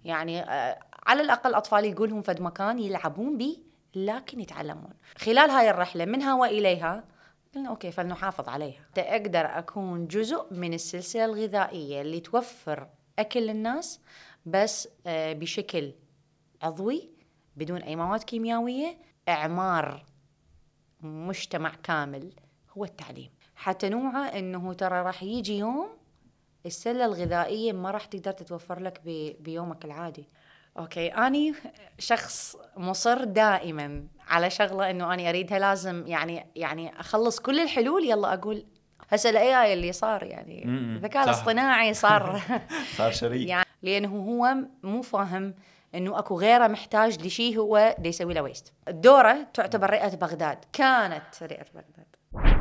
يعني على الأقل أطفالي يقولهم فد مكان يلعبون به لكن يتعلمون. خلال هاي الرحلة منها وإليها قلنا أوكي فلنحافظ عليها، أقدر أكون جزء من السلسلة الغذائية اللي توفر أكل للناس بس بشكل عضوي بدون أي مواد كيميائية. إعمار مجتمع كامل هو التعليم، حتى نوعه أنه ترى راح يجي يوم السلة الغذائية ما راح تقدر تتوفر لك بيومك العادي. أوكي، أني شخص مصر دائما على شغلة أنه أنا أريدها لازم يعني أخلص كل الحلول. يلا أقول هسه الAI اللي صار يعني الذكاء الاصطناعي صار صار شريك يعني لأنه هو مو فاهم أنه أكو غيره محتاج لشيء هو دي يسوي له ويست. الدورة تعتبر رئة بغداد، كانت رئة بغداد.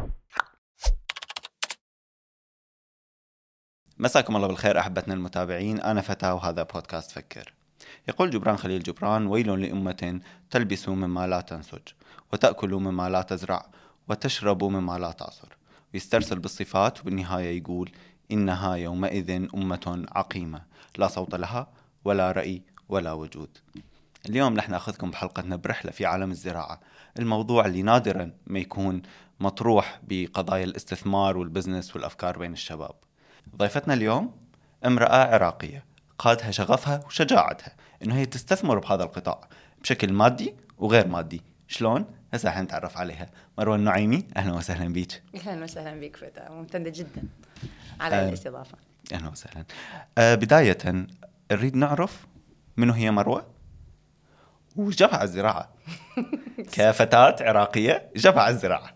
مساكم الله بالخير أحبتنا المتابعين، أنا فتى وهذا بودكاست فكر. يقول جبران خليل جبران: ويل لأمة تلبس مما لا تنسج، وتأكل مما لا تزرع، وتشرب مما لا تعصر. ويسترسل بالصفات، وبالنهاية يقول: إنها يومئذ أمة عقيمة لا صوت لها ولا رأي ولا وجود. اليوم رح ناخذكم بحلقتنا برحلة في عالم الزراعة، الموضوع اللي نادرا ما يكون مطروح بقضايا الاستثمار والبزنس والأفكار بين الشباب. ضيفتنا اليوم امرأة عراقية قادها شغفها وشجاعتها إنه هي تستثمر بهذا القطاع بشكل مادي وغير مادي. شلون؟ هسه حنتعرف عليها. مروة النعيمي، أهلا وسهلا بيك. أهلا وسهلا بك فتى، ممتنة جدا على الاستضافة. أهلا وسهلا. بداية نريد نعرف منو هي مروة وجبهة على الزراعة. كفتاة عراقية جبهة على الزراعة.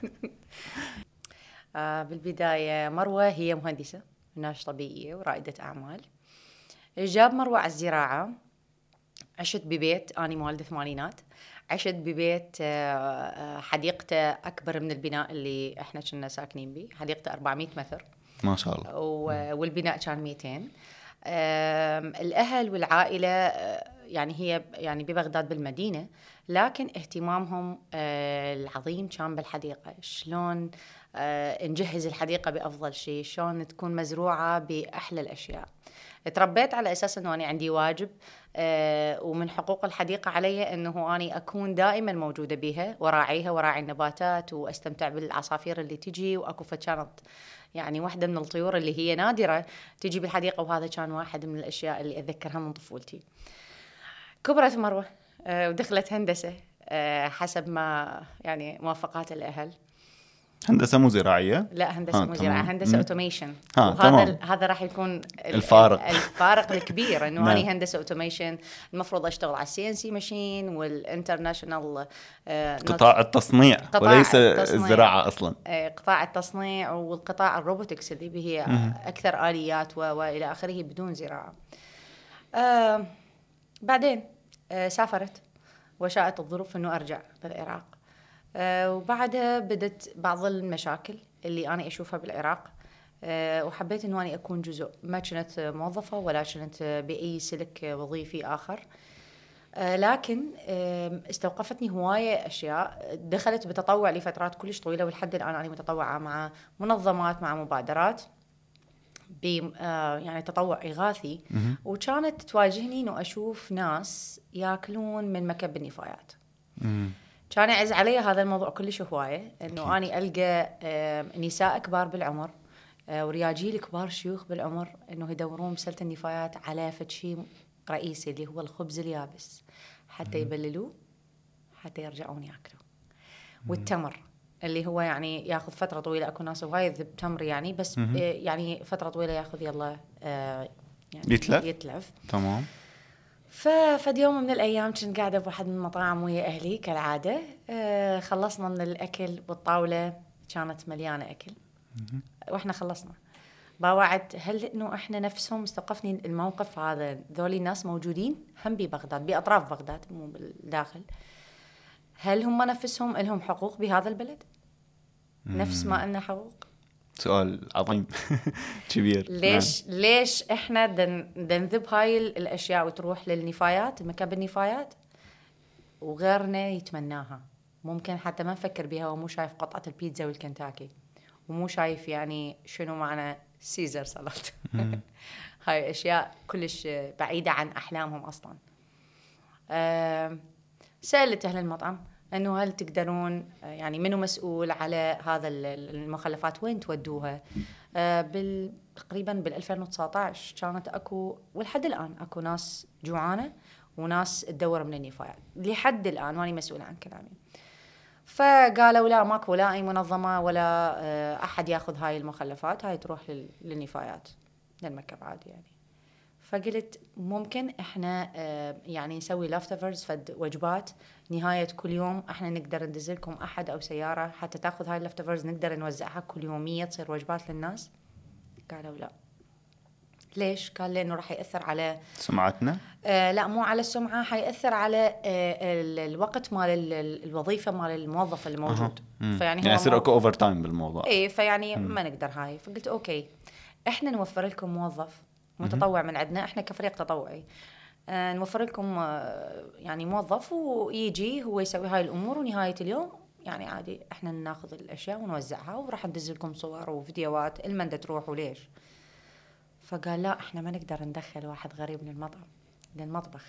بالبداية مروة هي مهندسة ناشطة بيئية ورائدة أعمال. جاب مروة على الزراعة، عشت ببيت، أنا موالدة ثمانينات، عشت ببيت حديقته أكبر من البناء اللي إحنا كنا ساكنين به، حديقته 400 متر ما شاء الله، والبناء كان 200. الأهل والعائلة يعني هي يعني ببغداد بالمدينة، لكن اهتمامهم العظيم كان بالحديقة. شلون نجهز الحديقة بأفضل شيء، شلون تكون مزروعة بأحلى الأشياء. تربيت على أساس أنه أنا عندي واجب ومن حقوق الحديقة علي أنه أنا أكون دائما موجودة بها وراعيها وراعي النباتات واستمتع بالعصافير اللي تجي. وأكو كانت يعني واحدة من الطيور اللي هي نادرة تجي بالحديقة، وهذا كان واحد من الأشياء اللي أتذكرها من طفولتي. كبرت مروة ودخلت هندسة حسب ما يعني موافقات الأهل. هندسة مو زراعية؟ لا، هندسة مو زراعة، هندسة اوتوميشن. هذا راح يكون الفارق الكبير انه اني هندسة اوتوميشن المفروض اشتغل على CNC ماشين والانترناشونال قطاع التصنيع وليس الزراعة اصلا. قطاع التصنيع والقطاع الروبوتكس اللي هي اكثر آليات والى اخره بدون زراعة. بعدين سافرت وشاءت الظروف انه ارجع بالعراق. وبعدها بدت بعض المشاكل اللي أنا أشوفها بالعراق، وحبيت أنه أنا أكون جزء. ما كنت موظفة ولا كنت بأي سلك وظيفي آخر، لكن استوقفتني هواية أشياء. دخلت بتطوع لفترات كلش طويلة، ولحد الآن أنا متطوعة مع منظمات مع مبادرات يعني تطوع إغاثي. وكانت تواجهني أنه أشوف ناس يأكلون من مكب النفايات. كان يعز علي هذا الموضوع كلش هواية، إنه أنا ألقى نساء كبار بالعمر ورياجيل كبار شيوخ بالعمر إنه يدورون بسلة النفايات على شيء رئيسي اللي هو الخبز اليابس حتى يبللوه حتى يرجعون يأكلوا. والتمر اللي هو يعني ياخذ فترة طويلة. أكو ناس وايد بتمر يعني بس يعني فترة طويلة ياخذ يلا يعني يتلف. تمام. ففد يوم من الأيام كنت قاعدة بواحد من المطاعم ويا أهلي كالعادة. خلصنا من الأكل والطاولة كانت مليانة أكل وإحنا خلصنا. باوعد هل إنه إحنا نفسهم. استوقفني الموقف هذا، ذولي الناس موجودين هم ببغداد بأطراف بغداد مو بالداخل. هل هم نفسهم لهم حقوق بهذا البلد نفس ما لنا حقوق؟ سؤال عظيم كبير. ليش إحنا نذب هاي الأشياء وتروح للنفايات مكب النفايات وغيرنا يتمناها؟ ممكن حتى ما نفكر بها ومو شايف قطعة البيتزا والكنتاكي ومو شايف يعني شنو معنى سيزر سلطة. هاي أشياء كلش بعيدة عن أحلامهم أصلا. سألت أهل المطعم أنه هل تقدرون يعني منو مسؤول على هذا المخلفات، وين تودوها؟ تقريبا بال2019 كانت أكو، ولحد الآن أكو ناس جوعانة وناس تدور من النفايات لحد الآن، وأنا مسؤولة عن كلامي. فقالوا لا، ماكو لا أي منظمة ولا أحد ياخذ هاي المخلفات، هاي تروح للنفايات للمكب عادي يعني. فقلت ممكن احنا يعني نسوي لافتفرز، فد وجبات نهاية كل يوم احنا نقدر ندزلكم احد او سيارة حتى تاخذ هاي اللافتفرز، نقدر نوزعها كل يومية تصير وجبات للناس. قالوا لا. ليش؟ قال لانه راح يأثر على سمعتنا. لا، مو على السمعة، حيأثر على الوقت مال الوظيفة مال الموظف الموجود. فيعني يعني يصير اكو اوفر تايم بالموضوع. ايه، فيعني ما نقدر هاي. فقلت اوكي، احنا نوفر لكم موظف متطوع من عندنا، احنا كفريق تطوعي نوفر لكم يعني موظف ويجي هو يسوي هاي الامور، ونهاية اليوم يعني عادي احنا ناخذ الاشياء ونوزعها، وراح ندز لكم صور وفيديوهات المن تروح وليش. فقال لا، احنا ما نقدر ندخل واحد غريب من المطعم للمطبخ.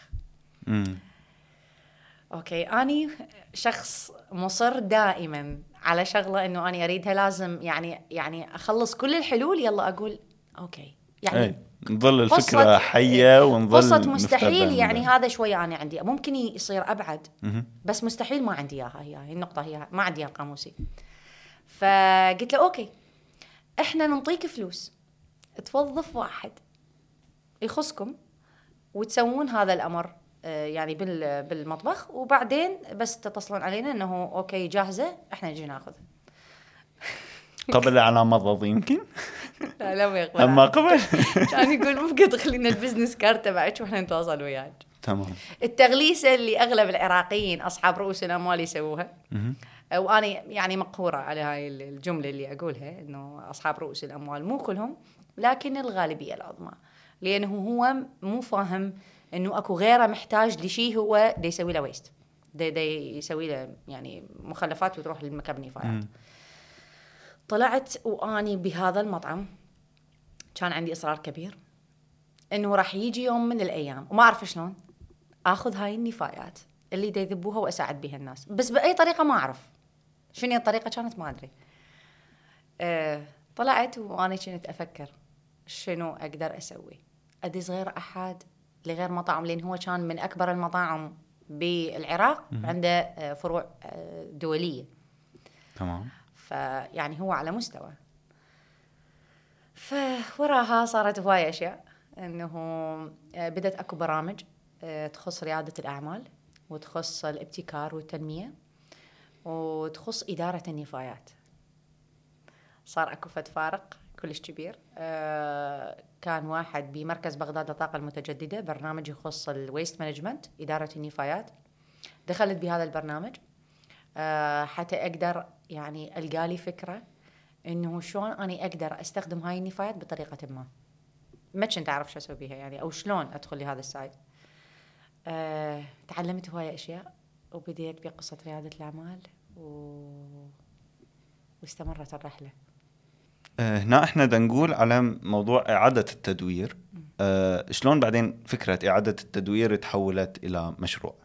اوكي، اني شخص مصر دائما على شغله انه اني اريدها لازم يعني اخلص كل الحلول، يلا اقول اوكي يعني نظل الفكره حيه ونظل قصة مستحيل يعني. هذا شويه انا عندي ممكن يصير ابعد، بس مستحيل ما عندي اياها، هي النقطه، هي ما عندي اياها قاموسي. فقلت له اوكي، احنا نعطيك فلوس توظف واحد يخصكم وتسوون هذا الامر يعني بالمطبخ، وبعدين بس تتصلون علينا انه اوكي جاهزه، احنا نجي ناخذها. قبل على مضض يمكن. لا ما يقبل. اما قبل كان يقول ممكن تخلينا البزنس كارت تبعك واحنا نتواصل وياك. تمام. التغليسه اللي اغلب العراقيين اصحاب رؤوس الاموال يسووها، وانا يعني مقهوره على هاي الجمله اللي اقولها، انه اصحاب رؤوس الاموال مو كلهم لكن الغالبيه العظمى، لانه هو مو فاهم انه اكو غيره محتاج لشيء هو دي يسوي له ويست، دي يسوي له يعني مخلفات وتروح للمكب نفايات. طلعت واني بهذا المطعم كان عندي اصرار كبير انه راح يجي يوم من الايام وما اعرف شلون اخذ هاي النفايات اللي دي يذبوها واساعد بها الناس، بس باي طريقه ما اعرف شنو الطريقه كانت، ما ادري. طلعت وانا كنت افكر شنو اقدر اسوي، ادز غير احد لغير مطعم، لان هو كان من اكبر المطاعم بالعراق، عنده فروع دوليه. تمام. فيعني هو على مستوى. فوراها صارت هواية اشياء، انه بدت اكو برامج تخص رياده الاعمال وتخص الابتكار والتنميه وتخص اداره النفايات. صار اكو فد فارق كلش كبير. كان واحد بمركز بغداد للطاقه المتجدده، برنامج يخص الويست مانجمنت، اداره النفايات. دخلت بهذا البرنامج حتى اقدر يعني القى لي فكره انه شلون اني اقدر استخدم هاي النفايات بطريقه ما كنت اعرف شو اسوي بها يعني، او شلون ادخل لهذا السايت. تعلمت هواية اشياء وبديت بقصه رياده الاعمال واستمرت الرحله. هنا احنا دا نقول على موضوع اعاده التدوير. شلون بعدين فكره اعاده التدوير تحولت الى مشروع؟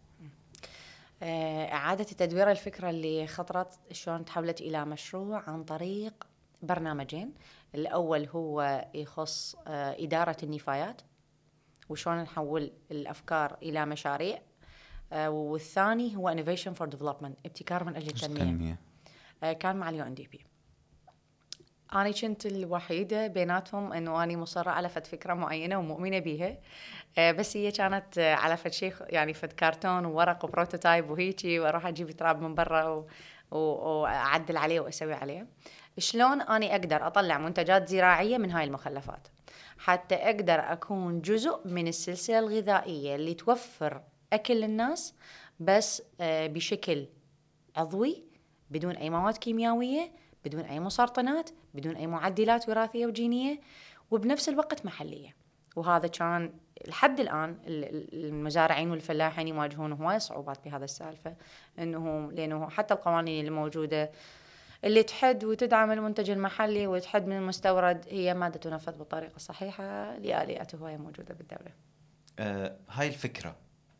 إعادة التدوير، الفكرة اللي خطرت شلون تحولت إلى مشروع عن طريق برنامجين. الأول هو يخص إدارة النفايات وشلون نحول الأفكار إلى مشاريع، والثاني هو Innovation for Development، ابتكار من أجل التنمية. كان مع UNDP. أنا كنت الوحيدة بيناتهم أنه أنا مصرة على فد فكرة معينة ومؤمنة بيها، بس هي كانت على فد شيء يعني فد كارتون وورق وبروتوتايب وهيجي، وأروح أجيب تراب من برا وأعدل عليه وأسوي عليه. شلون أنا أقدر أطلع منتجات زراعية من هاي المخلفات حتى أقدر أكون جزء من السلسلة الغذائية اللي توفر أكل للناس، بس بشكل عضوي بدون أي مواد كيميائية، بدون أي مسرطنات، بدون أي معدلات وراثية وجينية، وبنفس الوقت محلية. وهذا كان لحد الآن المزارعين والفلاحين يواجهون هواي صعوبات بهذا السالفة، لأنه حتى القوانين الموجودة اللي تحد وتدعم المنتج المحلي وتحد من المستورد هي مادة تنفذ بالطريقة الصحيحة لآليات هواية موجودة بالدولة. هاي الفكرة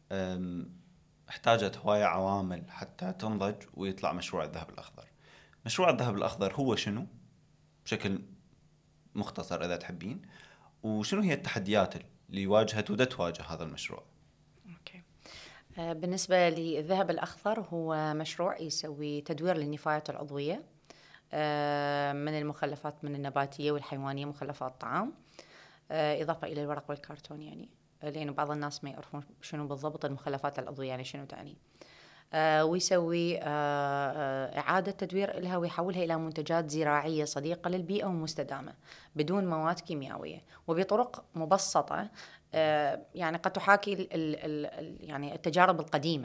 احتاجت هواية عوامل حتى تنضج ويطلع مشروع الذهب الأخضر. مشروع الذهب الأخضر هو شنو بشكل مختصر إذا تحبين، وشنو هي التحديات اللي واجهت وتواجه هذا المشروع؟ أوكي. بالنسبة للذهب الأخضر هو مشروع يسوي تدوير للنفايات العضوية من المخلفات من النباتية والحيوانية، مخلفات الطعام، إضافة إلى الورق والكرتون، يعني لأنه بعض الناس ما يعرفون شنو بالضبط المخلفات العضوية يعني شنو تعني. ويسوي إعادة تدوير لها ويحولها إلى منتجات زراعية صديقة للبيئة ومستدامة بدون مواد كيميائية وبطرق مبسطة، يعني قد تحاكي يعني التجارب القديمة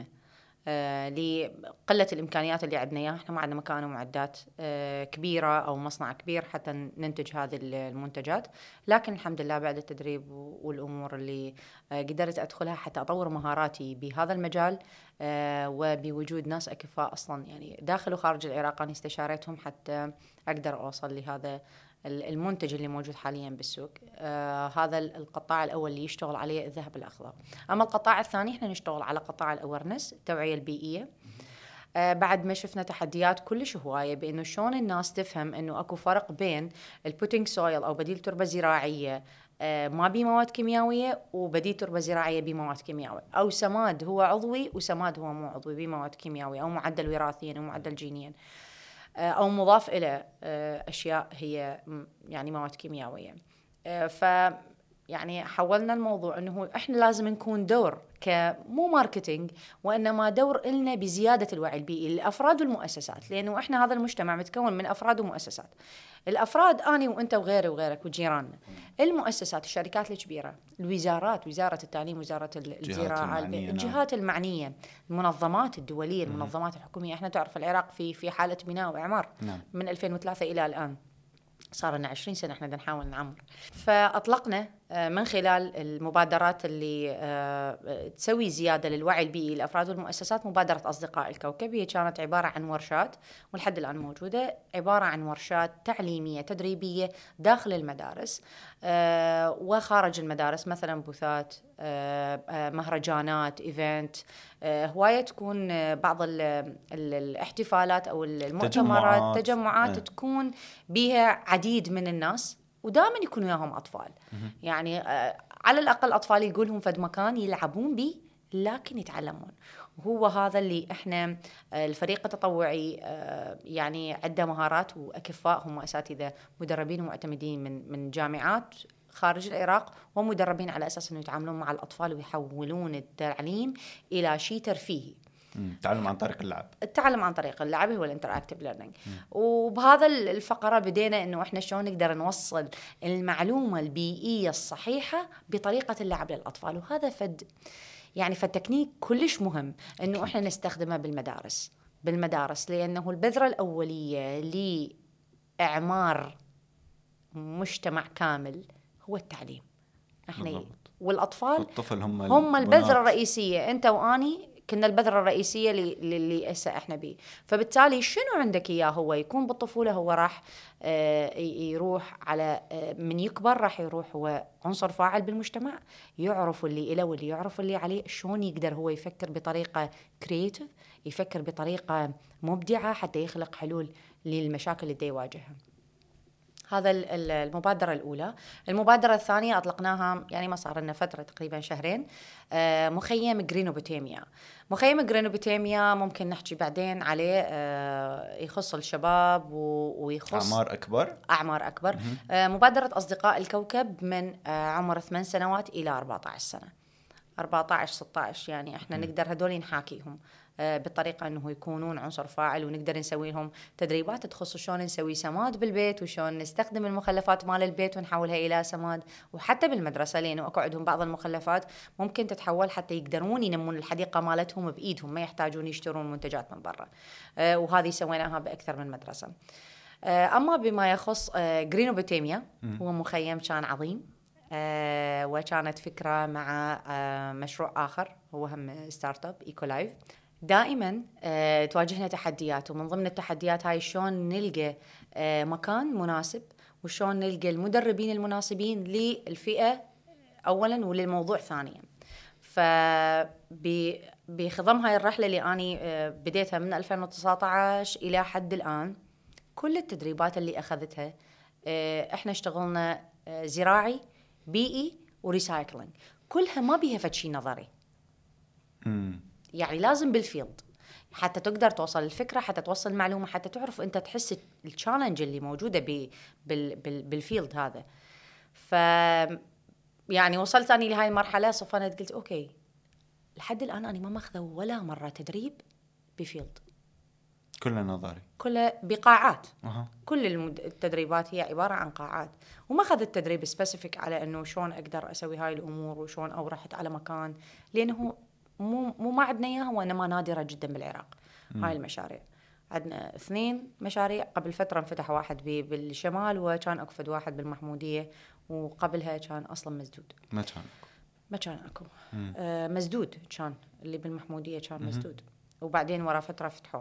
لقلة الإمكانيات اللي عندنا إياها. إحنا ما عندنا مكان ومعدات كبيرة أو مصنع كبير حتى ننتج هذه المنتجات، لكن الحمد لله بعد التدريب والأمور اللي قدرت أدخلها حتى أطور مهاراتي بهذا المجال، وبوجود ناس أكفاء أصلا يعني داخل وخارج العراق أنا استشارتهم حتى أقدر أوصل لهذا المنتج اللي موجود حاليا بالسوق. هذا القطاع الأول اللي يشتغل عليه الذهب الأخضر. أما القطاع الثاني إحنا نشتغل على قطاع الأورنس، التوعية البيئية. بعد ما شفنا تحديات كلش هواية بأنه شلون الناس تفهم أنه أكو فرق بين البوتينج سويل أو بديل تربة زراعية ما بيه مواد كيميائية وبديل تربة زراعية بيه مواد كيميائية، أو سماد هو عضوي وسماد هو مو عضوي بيه مواد كيميائية، أو معدل وراثيا ومعدل جينيا، أو مضاف إلى أشياء هي يعني مواد كيميائية. ف يعني حولنا الموضوع أنه إحنا لازم نكون دور كمو ماركتينج، وإنما دور إلنا بزيادة الوعي البيئي للأفراد والمؤسسات، لأنه إحنا هذا المجتمع متكون من أفراد ومؤسسات. الأفراد أنا وأنت وغيري وغيرك وجيراننا، المؤسسات الشركات الكبيرة، الوزارات، وزارة التعليم، وزارة الزراعة، الجهات المعنية، المنظمات الدولية، المنظمات الحكومية. إحنا تعرف العراق في حالة بناء وإعمار من 2003 إلى الآن، صار لنا 20 سنة احنا نحاول نعمر. فأطلقنا من خلال المبادرات اللي تسوي زيادة للوعي البيئي للأفراد والمؤسسات مبادرة أصدقاء الكوكب. هي كانت عبارة عن ورشات، ولحد الآن موجودة، عبارة عن ورشات تعليمية تدريبية داخل المدارس وخارج المدارس، مثلا بوثات، مهرجانات، إيفنت، هواية تكون بعض الاحتفالات أو المؤتمرات، تجمعات تكون بها عديد من الناس ودائما يكونوا وياهم أطفال. يعني على الأقل أطفال يقولهم فد مكان يلعبون به لكن يتعلمون. وهو هذا اللي إحنا الفريق التطوعي يعني عنده مهارات وأكفاء، هم أساتذة مدربين ومعتمدين من جامعات خارج العراق، ومدربين على أساس أنه يتعاملون مع الأطفال ويحولون التعليم إلى شيء ترفيهي. التعلم عن طريق اللعب. التعلم عن طريق اللعب هو الانتراكتيف ليرنينج. وبهذا الفقرة بدينا إنه إحنا شلون نقدر نوصل المعلومة البيئية الصحيحة بطريقة اللعب للأطفال. وهذا يعني تكنيك كلش مهم إنه إحنا نستخدمه بالمدارس، لأنه البذرة الأولية لإعمار مجتمع كامل هو التعليم. إحنا والأطفال هم البذرة الرئيسية. أنت وأني كنا البذرة الرئيسية اللي إحنا بيه. فبالتالي شنو عندك إياه هو يكون بالطفولة، هو راح يروح على من يكبر راح يروح هو عنصر فاعل بالمجتمع، يعرف اللي إله واللي يعرف اللي عليه، شلون يقدر هو يفكر بطريقة كرياتيف، يفكر بطريقة مبدعة حتى يخلق حلول للمشاكل اللي يواجهها. هذا المبادرة الأولى. المبادرة الثانية أطلقناها يعني ما صار لنا فترة تقريبا شهرين، مخيم جرينوبوتيميا. مخيم جرينوبوتيميا ممكن نحكي بعدين عليه، يخص الشباب ويخص أعمار أكبر. مبادرة أصدقاء الكوكب من عمر 8 سنوات إلى 14 سنة، 14-16، يعني إحنا نقدر هدول نحاكيهم بالطريقة أنه يكونون عنصر فاعل، ونقدر نسوي لهم تدريبات تخص شلون نسوي سماد بالبيت، وشلون نستخدم المخلفات مال البيت ونحولها إلى سماد. وحتى بالمدرسة، لأنه أكو عندهم بعض المخلفات ممكن تتحول حتى يقدرون ينمون الحديقة مالتهم بإيدهم، ما يحتاجون يشترون منتجات من برا. وهذه سويناها بأكثر من مدرسة. أما بما يخص جرينوبوتيميا، هو مخيم كان عظيم، وكانت فكرة مع مشروع آخر هو هم ستارت اب إيكولايف. دائما تواجهنا تحديات، ومن ضمن التحديات هاي شلون نلقى مكان مناسب، وشلون نلقى المدربين المناسبين للفئة أولا وللموضوع ثانيا. بخضم هاي الرحلة اللي أني بديتها من 2019 إلى حد الآن، كل التدريبات اللي أخذتها إحنا اشتغلنا زراعي بيئي وريسايكلينج، كلها ما بيها فد شي نظري. يعني لازم بالفيلد حتى تقدر توصل الفكرة، حتى توصل المعلومة، حتى تعرف أنت تحس التشالنج اللي موجودة بالفيلد هذا. ف يعني وصلت أني لهاي المرحلة، صفنت قلت أوكي لحد الآن أنا ما ماخذة ولا مرة تدريب بفيلد، كله نظري، كله بقاعات. كل التدريبات هي عبارة عن قاعات، وما أخذت تدريب سبيسيفيك على أنه شلون أقدر أسوي هاي الأمور وشلون أو رحت على مكان، لأنه مو ما عندنا إياها، وإنما نادرة جدا بالعراق. هاي المشاريع عندنا 2 مشاريع، قبل فترة انفتح واحد بالشمال، وكان أكفد واحد بالمحمودية، وقبلها كان أصلا مسدود. ما كان أكو مسدود، كان اللي بالمحمودية كان مسدود، وبعدين ورا فترة فتحوه.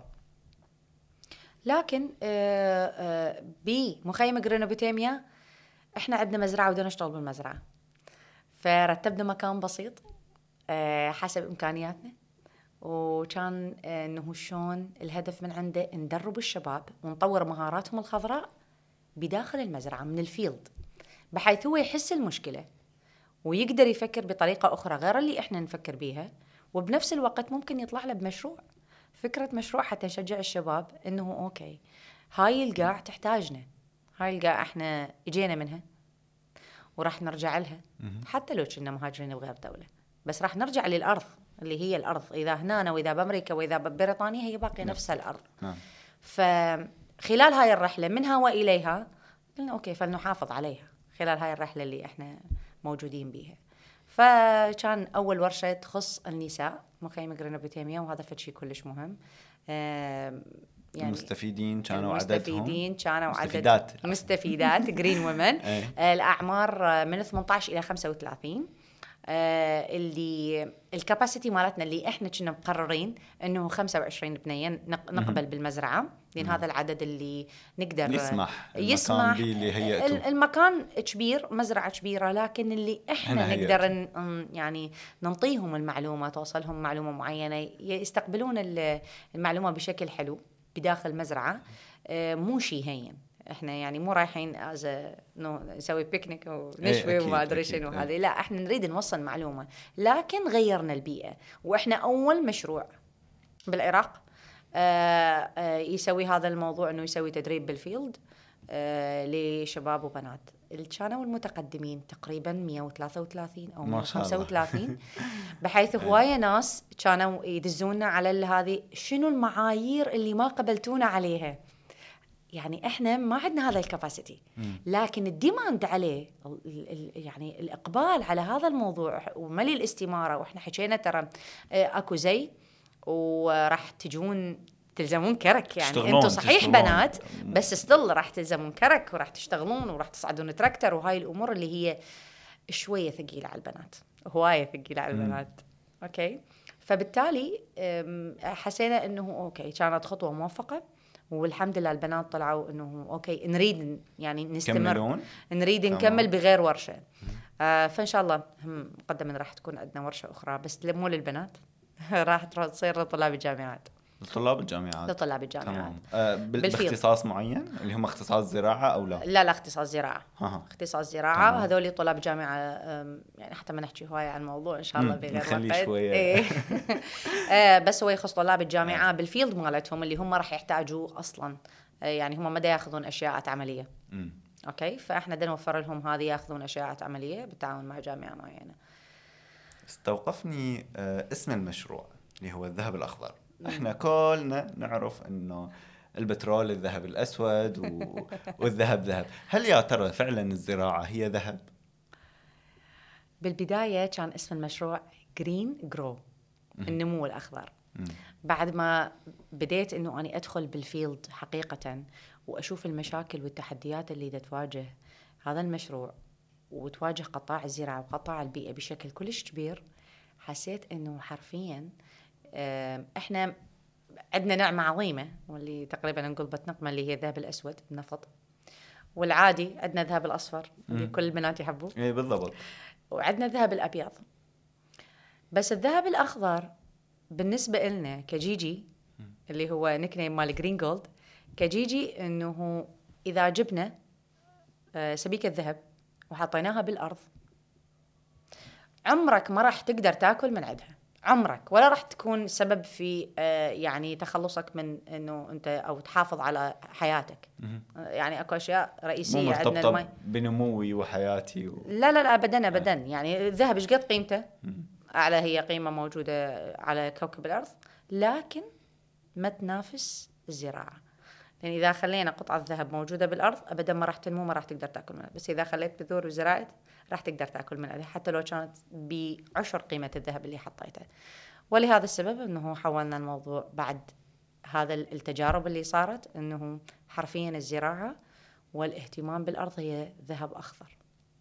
لكن بمخيم جرينوبيتيميا احنا عندنا مزرعة ودنا نشتغل بالمزرعة، فرتبنا مكان بسيط حسب إمكانياتنا، وكان انه شلون الهدف من عنده ندرب الشباب ونطور مهاراتهم الخضراء بداخل المزرعة من الفيلد، بحيث هو يحس المشكلة ويقدر يفكر بطريقة أخرى غير اللي إحنا نفكر بيها، وبنفس الوقت ممكن يطلع له بمشروع، فكرة مشروع حتى نشجع الشباب إنه أوكي هاي القاع تحتاجنا، هاي القاع إحنا إجينا منها وراح نرجع لها، حتى لو كنا مهاجرين بغير دولة، بس راح نرجع للأرض اللي هي الأرض، إذا هنا وإذا بأمريكا وإذا ببريطانيا هي باقية نفس الأرض. فخلال هاي الرحلة منها وإليها قلنا أوكي فلنحافظ عليها خلال هاي الرحلة اللي إحنا موجودين بيها. فكان أول ورشة تخص النساء مخيم جرينوبيتيميا، وهذا فشي كلش مهم. يعني المستفيدين كانوا عددهم مستفيدات جرين وومن الأعمار من 18 إلى 35. اللي الكاباسيتي مالتنا اللي احنا كنا مقررين انه 25 بنيه نقبل بالمزرعه، لان هذا العدد اللي نقدر يسمح اللي هي المكان كبير، مزرعه كبيره، لكن اللي احنا نقدر يعني ننطيهم المعلومه، توصلهم معلومه معينه يستقبلون المعلومه بشكل حلو بداخل المزرعه. مو شيء هين، احنا يعني مو رايحين نسوي بيكنيك ونشوي وما ادري شنو هذه، لا احنا نريد نوصل معلومه، لكن غيرنا البيئه. واحنا اول مشروع بالعراق يسوي هذا الموضوع، انه يسوي تدريب بالفيلد لشباب وبنات. كانوا المتقدمين تقريبا 133 او 135 بحيث هوايه ناس كانوا يدزونا على هذه شنو المعايير اللي ما قبلتونا عليها. يعني احنا ما عندنا هذا الكاباسيتي، لكن الديماند عليه، يعني الاقبال على هذا الموضوع وملي الاستماره. واحنا حكينا ترى اكو زي وراح تجون تلزمون كرك، يعني انتم صحيح بنات بس ستيل راح تلزمون كرك وراح تشتغلون وراح تصعدون تراكتر، وهاي الامور اللي هي شويه ثقيله على البنات، هوايه ثقيله على البنات. اوكي، فبالتالي حسينا انه اوكي كانت خطوه موفقه، والحمد لله البنات طلعوا انه اوكي نريد يعني نستمر، نريد نكمل بغير ورشه. فان شاء الله مقدما راح تكون عندنا ورشه اخرى، بس مو للبنات راح تصير لطلاب الجامعات. لطلاب الجامعات. تمام. باختصاص معين اللي هم اختصاص زراعه او لا؟ لا اختصاص زراعه. اختصاص زراعه، وهذول طلاب جامعه. يعني حتى ما نحكي هوايه عن الموضوع ان شاء الله بغير وقت شويه. بس هو يخص طلاب الجامعه بالفيلد مالتهم اللي هم راح يحتاجوه اصلا. يعني هم ما ياخذون اشياء عمليه. اوكي، فاحنا بدنا نوفر لهم هذه، ياخذون اشياء عمليه بالتعاون مع جامعه معينه. استوقفني اسم المشروع اللي هو الذهب الاخضر. احنا كلنا نعرف انه البترول الذهب الاسود والذهب ذهب. هل يا ترى فعلا الزراعه هي ذهب؟ بالبدايه كان اسم المشروع جرين جرو، النمو الاخضر. بعد ما بديت انه اني ادخل بالفيلد حقيقه واشوف المشاكل والتحديات اللي تواجه هذا المشروع وتواجه قطاع الزراعه وقطاع البيئه بشكل كلش كبير، حسيت انه حرفيا إحنا عندنا نعمة عظيمة واللي تقريبا نقول بتنقمة، اللي هي الذهب الأسود النفط، والعادي عندنا الذهب الأصفر اللي كل البنات يحبوه. إيه بالضبط. وعندنا الذهب الأبيض. بس الذهب الأخضر بالنسبة لنا كجيجي اللي هو نيكنيم مال جرين جولد، كجيجي إنه إذا جبنا سبيكة ذهب وحطيناها بالأرض عمرك ما راح تقدر تاكل من عندها، عمرك، ولا راح تكون سبب في يعني تخلصك من انه انت او تحافظ على حياتك. يعني اكو اشياء رئيسيه عندنا مرتبطه بنموي وحياتي لا لا لا ابدا ابدا. يعني الذهب ايش قد قيمته؟ اعلى هي قيمه موجوده على كوكب الارض، لكن ما تنافس الزراعه. لان اذا خلينا قطعه ذهب موجوده بالارض ابدا ما راح تنمو، ما راح تقدر تاكل منها. بس اذا خليت بذور وزرعت راح تقدر تاكل منها حتى لو كانت بعشر قيمه الذهب اللي حطيته. ولهذا السبب انه حولنا الموضوع بعد هذا التجارب اللي صارت انه حرفيا الزراعه والاهتمام بالارض هي ذهب اخضر.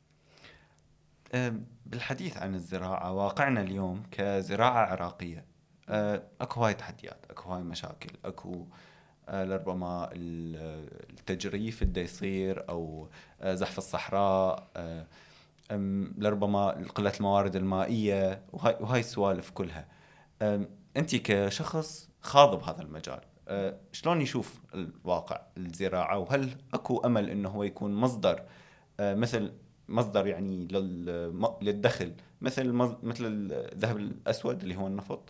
بالحديث عن الزراعه، واقعنا اليوم كزراعه عراقيه اكو هاي تحديات، اكو هاي مشاكل، اكو لربما التجريف اللي يصير او زحف الصحراء، لربما قلة الموارد المائية، وهاي السوالف كلها. أنت كشخص خاض بهذا المجال، شلون يشوف الواقع الزراعة؟ وهل أكو أمل إنه هو يكون مصدر مثل مصدر يعني للدخل مثل الذهب الأسود اللي هو النفط؟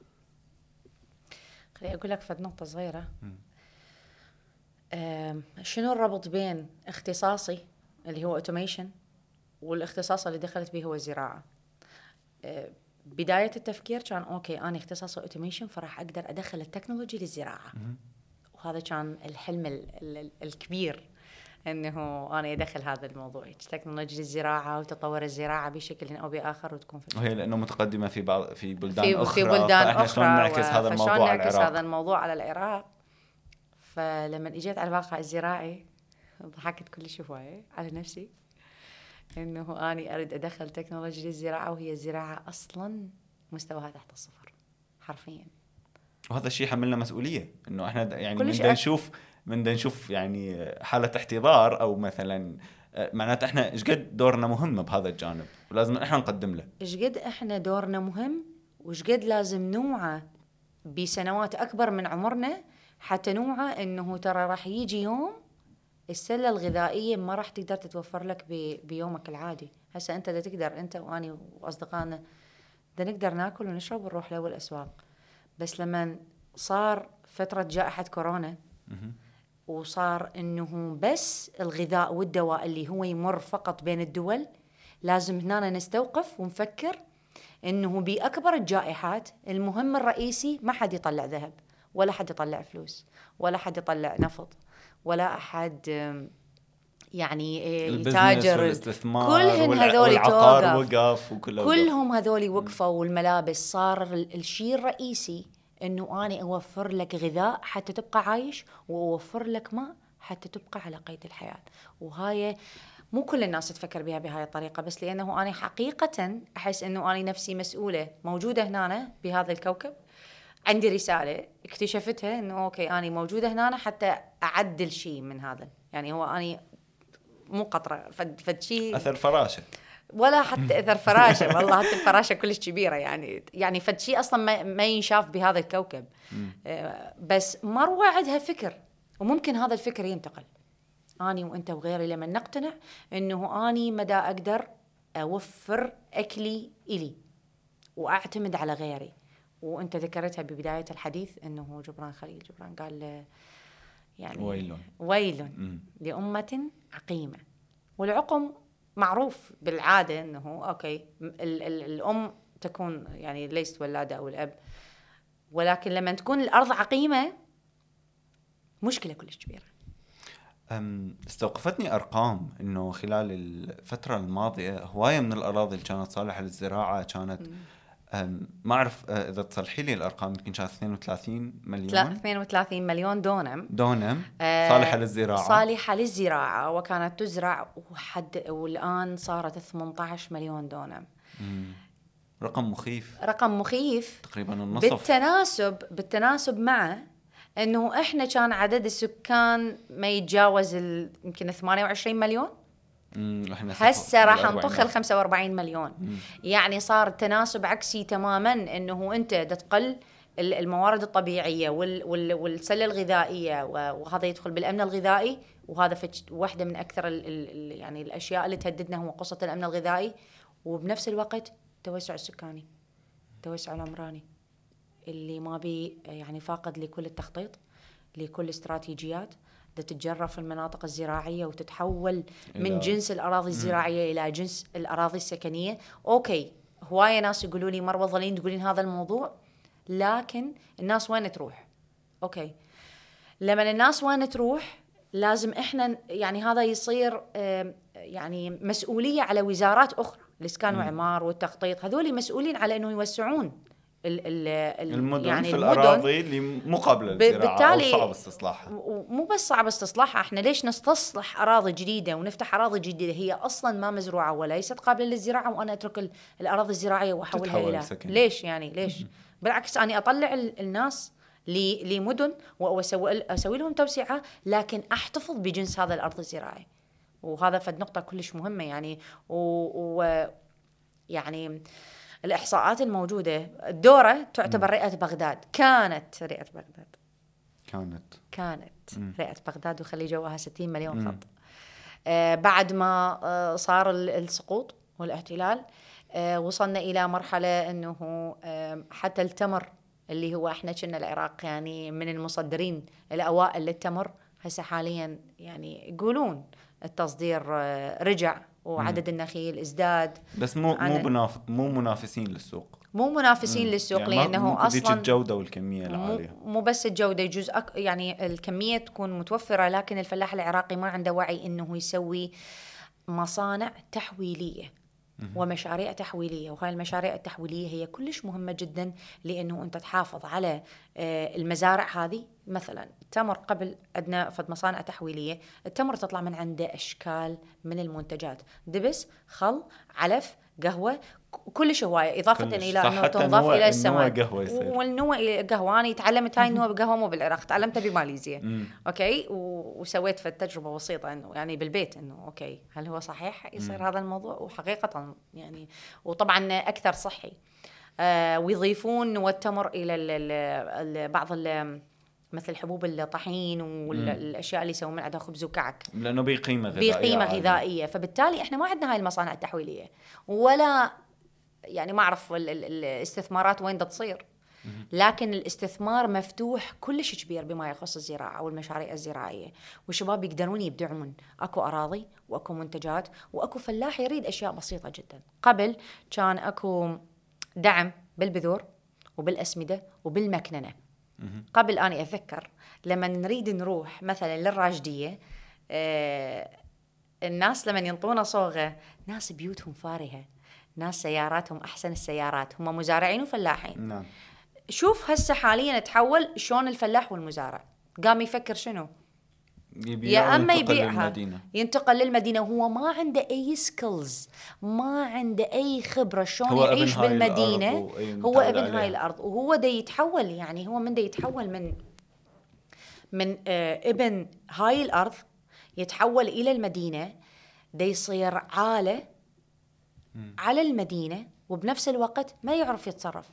خليني أقول لك فد نقطة صغيرة. شنو الربط بين اختصاصي اللي هو اوتوميشن والاختصاص اللي دخلت به هو الزراعة؟ بداية التفكير كان أوكي أنا اختصاصي اوتوميشن فراح أقدر أدخل التكنولوجي للزراعة، وهذا كان الحلم الكبير إنه أنا أدخل هذا الموضوع تكنولوجيا الزراعة وتطور الزراعة بشكل أو بآخر وتكون في وهي لأنه متقدمة في بلدان أخرى، في بلدان أخرى، شلون نعكس هذا الموضوع على العراق؟ هذا الموضوع على العراق. فلما اجيت على الواقع الزراعي ضحكت كل شوية على نفسي إنه أنا أريد أدخل تكنولوجيا الزراعة وهي الزراعة أصلاً مستواها تحت الصفر حرفياً. وهذا الشيء حملنا مسؤولية إنه إحنا يعني من نشوف يعني حالة احتضار أو مثلاً معناته إحنا إيش قد دورنا مهم بهذا الجانب ولازم إحنا نقدم له. إيش قد إحنا دورنا مهم وإيش قد لازم نوعى بسنوات أكبر من عمرنا حتى نوعى إنه ترى راح يجي يوم السلة الغذائية ما راح تقدر تتوفر لك بيومك العادي. هسا أنت دا تقدر، أنت وأني وأصدقائنا دا نقدر ناكل ونشرب ونروح لأول الأسواق. بس لما صار فترة جائحة كورونا وصار إنه بس الغذاء والدواء اللي هو يمر فقط بين الدول، لازم هنا نستوقف ونفكر إنه بأكبر الجائحات المهم الرئيسي ما حد يطلع ذهب ولا حد يطلع فلوس ولا حد يطلع نفط ولا أحد يعني يتاجر. كلهم هذول وقف كلهم هذول وقفوا. والملابس صار الشيء الرئيسي إنه أنا أوفر لك غذاء حتى تبقى عايش وأوفر لك ماء حتى تبقى على قيد الحياة. وهاي مو كل الناس تفكر بها بهاي الطريقة، بس لأنه أنا حقيقة أحس إنه أنا نفسي مسؤولة موجودة هنا بهذا الكوكب، عندي رسالة اكتشفتها إنه أوكي أنا موجودة هنا حتى أعدل شيء من هذا. يعني هو أنا مو قطرة فد شيء أثر فراشة ولا حتى أثر فراشة والله حتى الفراشة كلش كبيرة يعني فد شيء أصلا ما ينشاف بهذا الكوكب. بس مروة عندها فكر وممكن هذا الفكر ينتقل. أني وأنت وغيري لما نقتنع إنه أني مدى أقدر أوفر أكلي إلي وأعتمد على غيري. وأنت ذكرتها ببداية الحديث إنه جبران خليل جبران قال يعني ويل لأمة عقيمة. والعقم معروف بالعادة إنه أوكي الأم تكون يعني ليست ولادة أو الأب، ولكن لما تكون الأرض عقيمة مشكلة كلش كبيرة. استوقفتني أرقام إنه خلال الفترة الماضية هواية من الأراضي اللي كانت صالحة للزراعة كانت ما أعرف إذا تصلحي لي الأرقام، يمكن كانت 32 مليون 32 مليون دونم صالحة للزراعة صالحة للزراعة وكانت تزرع والآن صارت 18 مليون دونم. رقم مخيف تقريبا النصف. بالتناسب مع انه احنا كان عدد السكان ما يتجاوز يمكن 28 مليون. هسه راح نطخ ال 45 مليون. يعني صار تناسب عكسي تماما، انه انت تقل الموارد الطبيعيه والسله الغذائيه، وهذا يدخل بالامن الغذائي، وهذا واحده من اكثر يعني الاشياء اللي تهددنا هو قصه الامن الغذائي. وبنفس الوقت التوسع السكاني، التوسع العمراني اللي ما بي يعني فاقد لكل التخطيط، لكل استراتيجيات، تتجرف المناطق الزراعية وتتحول من جنس الأراضي الزراعية إلى جنس الأراضي السكنية. أوكي، هواية ناس يقولوا لي مرة ظلين تقولين هذا الموضوع، لكن الناس وين تروح؟ أوكي، لما الناس وين تروح لازم إحنا يعني هذا يصير يعني مسؤولية على وزارات أخرى، الإسكان وعمار والتخطيط، هذول مسؤولين على إنه يوسعون المدن يعني في الأراضي اللي مقابلة للزراعة أو صعب استصلاحها. مو بس صعب استصلاحها، احنا ليش نستصلح أراضي جديدة ونفتح أراضي جديدة هي أصلا ما مزروعة ولا ليست قابلة للزراعة، وأنا أترك الأراضي الزراعية وأحولها إلى سكن؟ ليش يعني ليش؟ بالعكس، أنا أطلع الناس لمدن وأسوي لهم توسعة، لكن أحتفظ بجنس هذا الأرض الزراعي. وهذا فد نقطة كلش مهمة يعني. يعني الإحصاءات الموجودة، الدورة تعتبر رئة بغداد، كانت رئة بغداد، كانت رئة بغداد، وخلي جواها 60 مليون خط. بعد ما صار السقوط والاحتلال، وصلنا إلى مرحلة أنه حتى التمر اللي هو احنا كنا العراق يعني من المصدرين الأوائل للتمر، هسه حاليا يعني يقولون التصدير رجع وعدد النخيل ازداد، بس مو منافسين للسوق، يعني لأنه أصلاً الجودة والكمية العالية. مو بس الجودة، يجوز يعني الكمية تكون متوفرة، لكن الفلاح العراقي ما عنده وعي إنه يسوي مصانع تحويلية ومشاريع تحويلية. وهاي المشاريع التحويلية هي كلش مهمة جدا، لأنه أنت تحافظ على المزارع هذه. مثلا التمر، قبل عندنا فد مصانع تحويلية، التمر تطلع من عنده أشكال من المنتجات، دبس، خل، علف، قهوة، كلش هواية، إضافة إلى أنه تنضاف إلى السماد. والنوع قهوة، أنا تعلمت هاي النوع قهوة مو بالعراق، تعلمتها بماليزيا. أوكي، وسويت في التجربة بسيطة إنه يعني بالبيت، إنه أوكي هل هو صحيح يصير هذا الموضوع؟ وحقيقة يعني، وطبعا أكثر صحي. ويضيفون والتمر إلى بعض مثل حبوب الطحين والاشياء اللي يسوون من عندها خبز وكعك، لانه بقيمه غذائيه. فبالتالي احنا ما عندنا هاي المصانع التحويليه، ولا يعني ما اعرف الاستثمارات وين تصير، لكن الاستثمار مفتوح كلش كبير بما يخص الزراعه والمشاريع الزراعيه، والشباب يقدرون يبدعون. اكو اراضي واكو منتجات، واكو فلاح يريد اشياء بسيطه جدا. قبل كان اكو دعم بالبذور وبالاسمده وبالمكننه. قبل أنا أذكر لما نريد نروح مثلا للراشدية، الناس لما ينطونا صوغة، ناس بيوتهم فارهة، ناس سياراتهم أحسن السيارات، هم مزارعين وفلاحين. نعم. شوف هسه حاليا تحول شلون الفلاح والمزارع قام يفكر شنو؟ يا أما يبيعها ينتقل للمدينة، وهو ما عنده أي سكيلز، ما عنده أي خبرة شلون يعيش بالمدينة. هو ابن هاي الأرض، وهو دا يتحول، يعني هو من دا يتحول من ابن هاي الأرض، يتحول إلى المدينة، دا يصير عالة على المدينة، وبنفس الوقت ما يعرف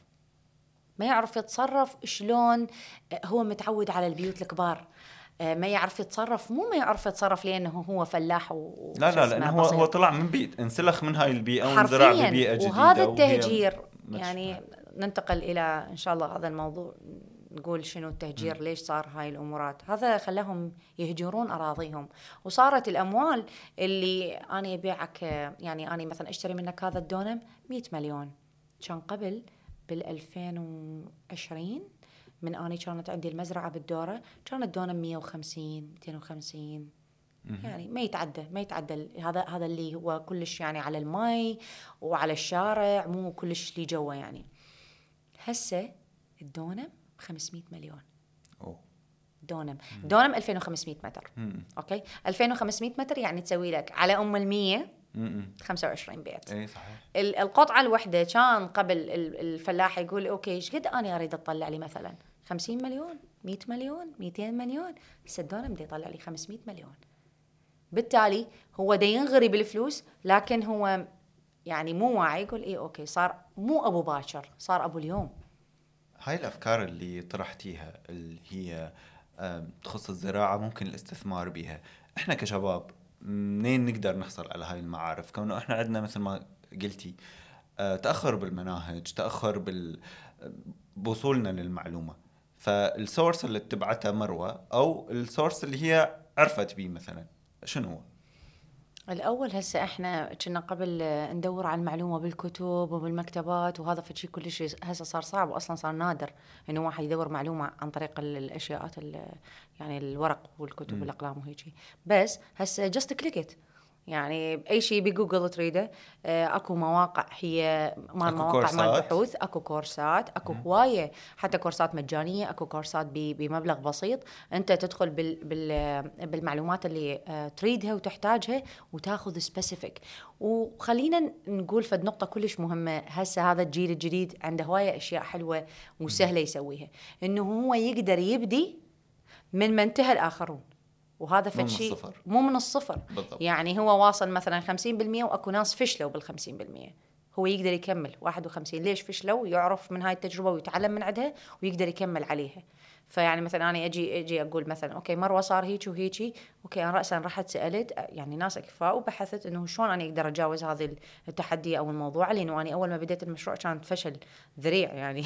يتصرف شلون. هو متعود على البيوت الكبار، ما يعرف يتصرف لأنه هو فلاح لا لأنه هو طلع من بيت انسلخ من هاي البيئة وانزرع ببيئة جديدة. وهذا التهجير يعني ننتقل إلى إن شاء الله هذا الموضوع، نقول شنو التهجير، ليش صار هاي الأمورات. هذا خلاهم يهجرون أراضيهم، وصارت الأموال اللي أنا أبيعك، يعني أنا مثلا أشتري منك هذا الدونم 100 مليون، كان قبل بال2020 من أنا كانت عندي المزرعة بالدورة، كانت الدونم 150 250، يعني ما يتعدى هذا اللي هو كلش يعني على الماء وعلى الشارع، مو كلش لي جوا يعني. هسه الدونم 500 مليون. دونم 2500 متر. أوكي، 2500 متر يعني تسوي لك على 100 25 بيت. اي صحيح. القطعة الوحدة كان قبل الفلاح يقول اوكي ايش قد انا اريد اطلع لي مثلا 50 مليون 100 مليون 200 مليون، السدانة بدي يطلع لي 500 مليون. بالتالي هو دا ينغري بالفلوس، لكن هو يعني مو واعي، يقول ايه اوكي صار مو ابو باكر، صار ابو اليوم. هاي الافكار اللي طرحتيها اللي هي تخص الزراعة ممكن الاستثمار بها، احنا كشباب منين نقدر نحصل على هاي المعارف؟ كونه احنا عندنا مثل ما قلتي تأخر بالمناهج، تأخر بوصولنا للمعلومة. فالسورس اللي اتبعتها مروة او السورس اللي هي عرفت بيه مثلا شنو هو؟ الأول هسه إحنا كنا قبل ندور على المعلومة بالكتب وبالمكتبات، وهذا فشي كل شيء هسه صار صعب، وأصلا صار نادر إنه واحد يدور معلومة عن طريق الأشياء يعني الورق والكتب والأقلام وهيجي. بس هسه جست كليكت، يعني بأي شيء بجوجل تريده. اكو مواقع، هي مال مواقع مال بحوث، اكو كورسات، اكو هوايه، حتى كورسات مجانيه، اكو كورسات بمبلغ بسيط. انت تدخل بالمعلومات اللي تريدها وتحتاجها وتاخذ سبيسيفيك. وخلينا نقول فد نقطه كلش مهمه، هسه هذا الجيل الجديد عنده هوايه اشياء حلوه وسهله يسويها، انه هو يقدر يبدي من ما انتهى الاخرون. وهذا فشي مو من الصفر بالضبط. يعني هو واصل مثلا 50% واكو ناس فشلوا بال50%، هو يقدر يكمل 51. ليش فشلوا؟ يعرف من هاي التجربة ويتعلم من عندها ويقدر يكمل عليها. فيعني مثلا أنا أجي أقول مثلا أوكي مروة صار هيك وهيك، أوكي أنا رأسا رحت سألت يعني ناس أكفاء وبحثت إنه شلون أنا أقدر أتجاوز هذه التحدي أو الموضوع، لأنه أنا أول ما بديت المشروع كانت فشل ذريع يعني.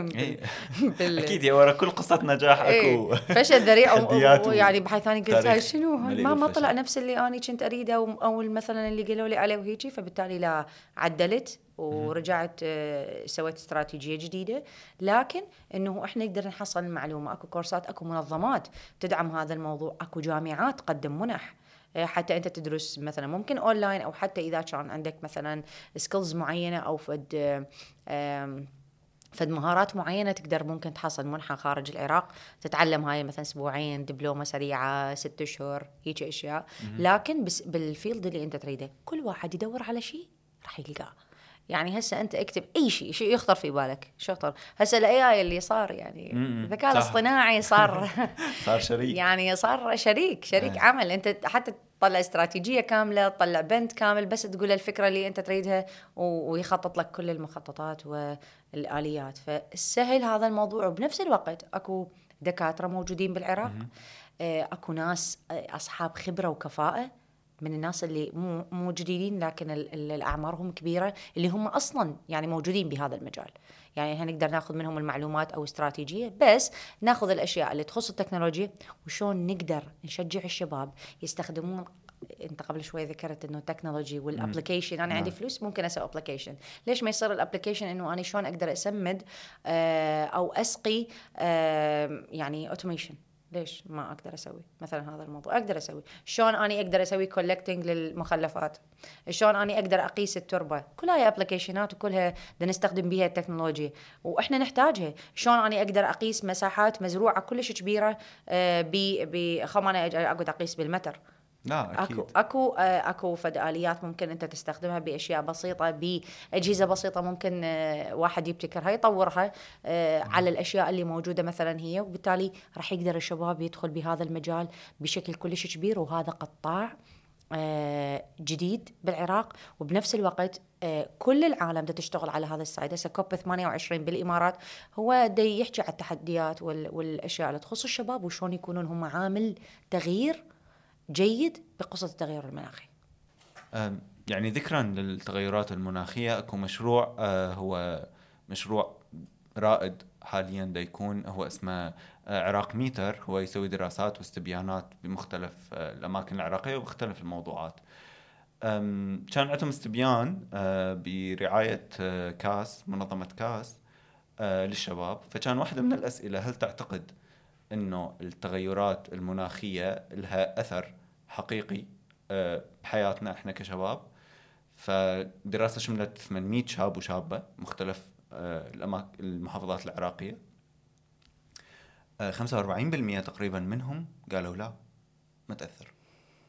أكيد يا ورا كل قصة نجاح أكو فشل ذريع يعني بحيث أنا قلت هاي شنو ما طلع نفس اللي أنا كنت أريده أو مثلا اللي قالوا لي عليه وهيك. فبالتالي لا عدلت ورجعت سويت استراتيجية جديدة. لكن إنه إحنا نقدر نحصل المعلومة، أكو كورسات، أكو منظمات تدعم هذا الموضوع، أكو جامعات تقدم منح حتى أنت تدرس مثلا ممكن أونلاين، أو حتى إذا كان عندك مثلا سكيلز معينة أو فد مهارات معينة تقدر ممكن تحصل منحة خارج العراق تتعلم هاي مثلا أسبوعين، دبلومة سريعة 6 أشهر، هيك أشياء. لكن بس بالفيلد اللي أنت تريده كل واحد يدور على شيء راح يلقاه. يعني هسه أنت اكتب أي شيء يخطر في بالك، شو يخطر هسه الAI اللي صار يعني الذكاء الاصطناعي صار صار شريك، يعني صار شريك عمل. أنت حتى تطلع استراتيجية كاملة، تطلع بند كامل، بس تقول الفكرة اللي أنت تريدها ويخطط لك كل المخططات والآليات. فالسهل هذا الموضوع. وبنفس الوقت أكو دكاترة موجودين بالعراق، أكو ناس أصحاب خبرة وكفاءة من الناس اللي مو جديدين، لكن الأعمارهم كبيرة، اللي هم أصلا يعني موجودين بهذا المجال. يعني هنقدر ناخذ منهم المعلومات أو استراتيجية، بس ناخذ الأشياء اللي تخص التكنولوجيا وشون نقدر نشجع الشباب يستخدمون. انت قبل شوي ذكرت انه التكنولوجي والابلكيشن، انا عندي فلوس ممكن اسوي ابلكيشن، ليش ما يصير الابلكيشن انه انا شلون اقدر اسمد او اسقي يعني اوتوميشن؟ ليش ما اقدر اسوي مثلا هذا الموضوع؟ اقدر اسوي. شلون اني اقدر اسوي كولكتنج للمخلفات؟ شلون اني اقدر اقيس التربه؟ كلها ابلكيشنات وكلها بدنا نستخدم بها التكنولوجيا واحنا نحتاجها. شلون اني اقدر اقيس مساحات مزروعه كلش كبيره بخم انا اقعد اقيس بالمتر؟ لا أكيد. اكو فداليات ممكن انت تستخدمها باشياء بسيطه، باجهزه بسيطه ممكن واحد يبتكرها يطورها على الاشياء اللي موجوده مثلا هي. وبالتالي راح يقدر الشباب يدخل بهذا المجال بشكل كلش كبير. وهذا قطاع جديد بالعراق، وبنفس الوقت كل العالم تشتغل على هذا السايد. هسه كوب 28 بالامارات هو دا يحكي على التحديات والاشياء اللي تخص الشباب وشون يكونون هم عامل تغيير جيد بقصة التغير المناخي. يعني ذكرا للتغيرات المناخية اكو مشروع هو مشروع رائد حاليا دا يكون هو اسمه عراق ميتر. هو يسوي دراسات واستبيانات بمختلف الأماكن العراقية ومختلف الموضوعات. كان عندهم استبيان برعاية كاس، منظمة كاس للشباب. فكان واحدة من الأسئلة: هل تعتقد إنه التغيرات المناخية لها أثر حقيقي بحياتنا إحنا كشباب؟ فدراسة شملت 800 شاب وشابة مختلف المحافظات العراقية. 45% تقريبا منهم قالوا لا ما تأثر.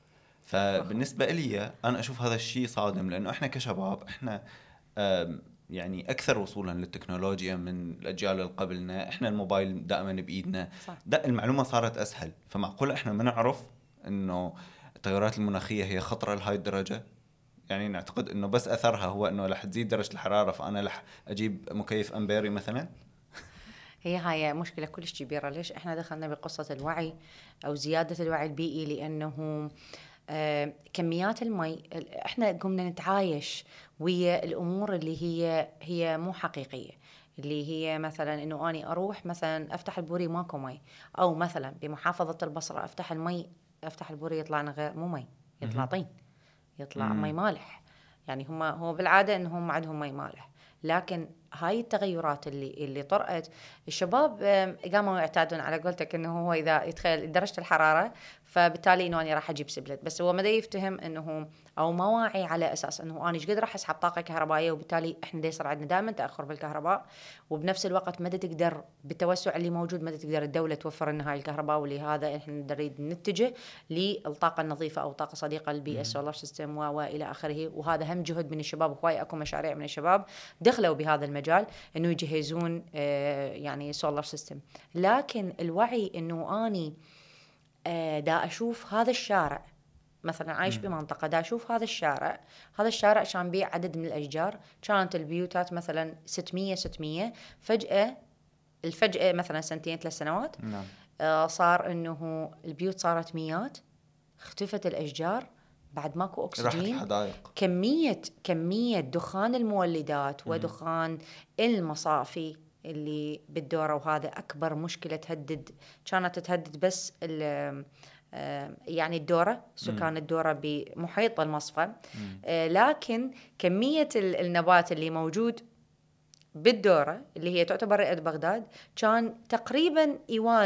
فبالنسبة لي أنا أشوف هذا الشيء صادم، لأنه إحنا كشباب إحنا يعني أكثر وصولا للتكنولوجيا من الأجيال اللي قبلنا. إحنا الموبايل دائما بإيدنا، المعلومة صارت أسهل. فمعقول إحنا ما نعرف إنه التغيرات المناخية هي خطرة لهاي الدرجة؟ يعني نعتقد إنه بس أثرها هو إنه رح تزيد درجة الحرارة فأنا رح أجيب مكيف أمبيري مثلا. هاي مشكلة كلش كبيرة. ليش إحنا دخلنا بقصة الوعي أو زيادة الوعي البيئي؟ لأنه كميات المي إحنا قمنا نتعايش ويا الأمور اللي هي مو حقيقية، اللي هي مثلا إنه أنا أروح مثلا أفتح البوري ماكو مي، أو مثلا بمحافظة البصرة أفتح البوري يطلع غير مو مي، يطلع طين، يطلع مي مالح. يعني هو بالعادة إنهم عندهم مي مالح، لكن هاي التغيرات اللي طرأت الشباب قاموا يعتادون على قولتك انه هو اذا يتخيل درجة الحرارة فبالتالي انه انا راح اجيب سبلت. بس هو ما دا يفتهم انه او ما واعي على اساس انه انا ايش قد راح اسحب طاقة كهربائية، وبالتالي احنا دا يصير عندنا دائما تأخر بالكهرباء، وبنفس الوقت ما دا تقدر بالتوسع اللي موجود ما دا تقدر الدولة توفر لنا هاي الكهرباء. ولهذا احنا نريد نتجه للطاقة النظيفة او طاقة صديقة للبيئة، السولار سيستم والى اخره. وهذا هم جهد من الشباب، وهاي اكو مشاريع من الشباب دخلوا بهذا المجال انه يجهزون يعني سولار سيستم. لكن الوعي انه اني دا اشوف هذا الشارع، مثلا عايش بمنطقة دا اشوف هذا الشارع كان بيه عدد من الاشجار، كانت البيوتات مثلا 600 فجأة مثلا 2-3 سنوات صار انه البيوت صارت مئات، اختفت الاشجار، بعد ماكو أكسجين، كمية دخان المولدات ودخان المصافي اللي بالدورة. وهذا أكبر مشكلة كانت تهدد بس يعني الدورة، سكان الدورة بمحيط المصفى. لكن كمية النبات اللي موجود بالدورة اللي هي تعتبر رئة بغداد كان تقريبا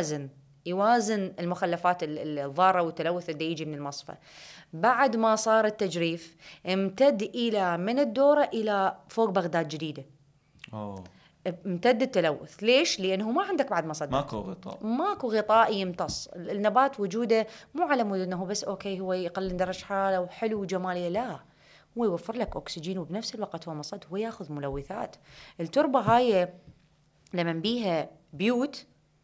يوازن المخلفات الضارة والتلوث اللي يجي من المصفى. بعد ما صار التجريف امتد إلى من الدورة إلى فوق بغداد جديدة. امتد التلوث. ليش؟ لأنه ما عندك بعد مصدر، ماكو غطاء يمتص النبات. وجوده مو على مود أنه بس أوكي هو يقلل درجة حرارة وحلو وجمالي، لا، هو يوفر لك أكسجين وبنفس الوقت هو مصد، هو يأخذ ملوثات. التربة هاي لما بيها بيوت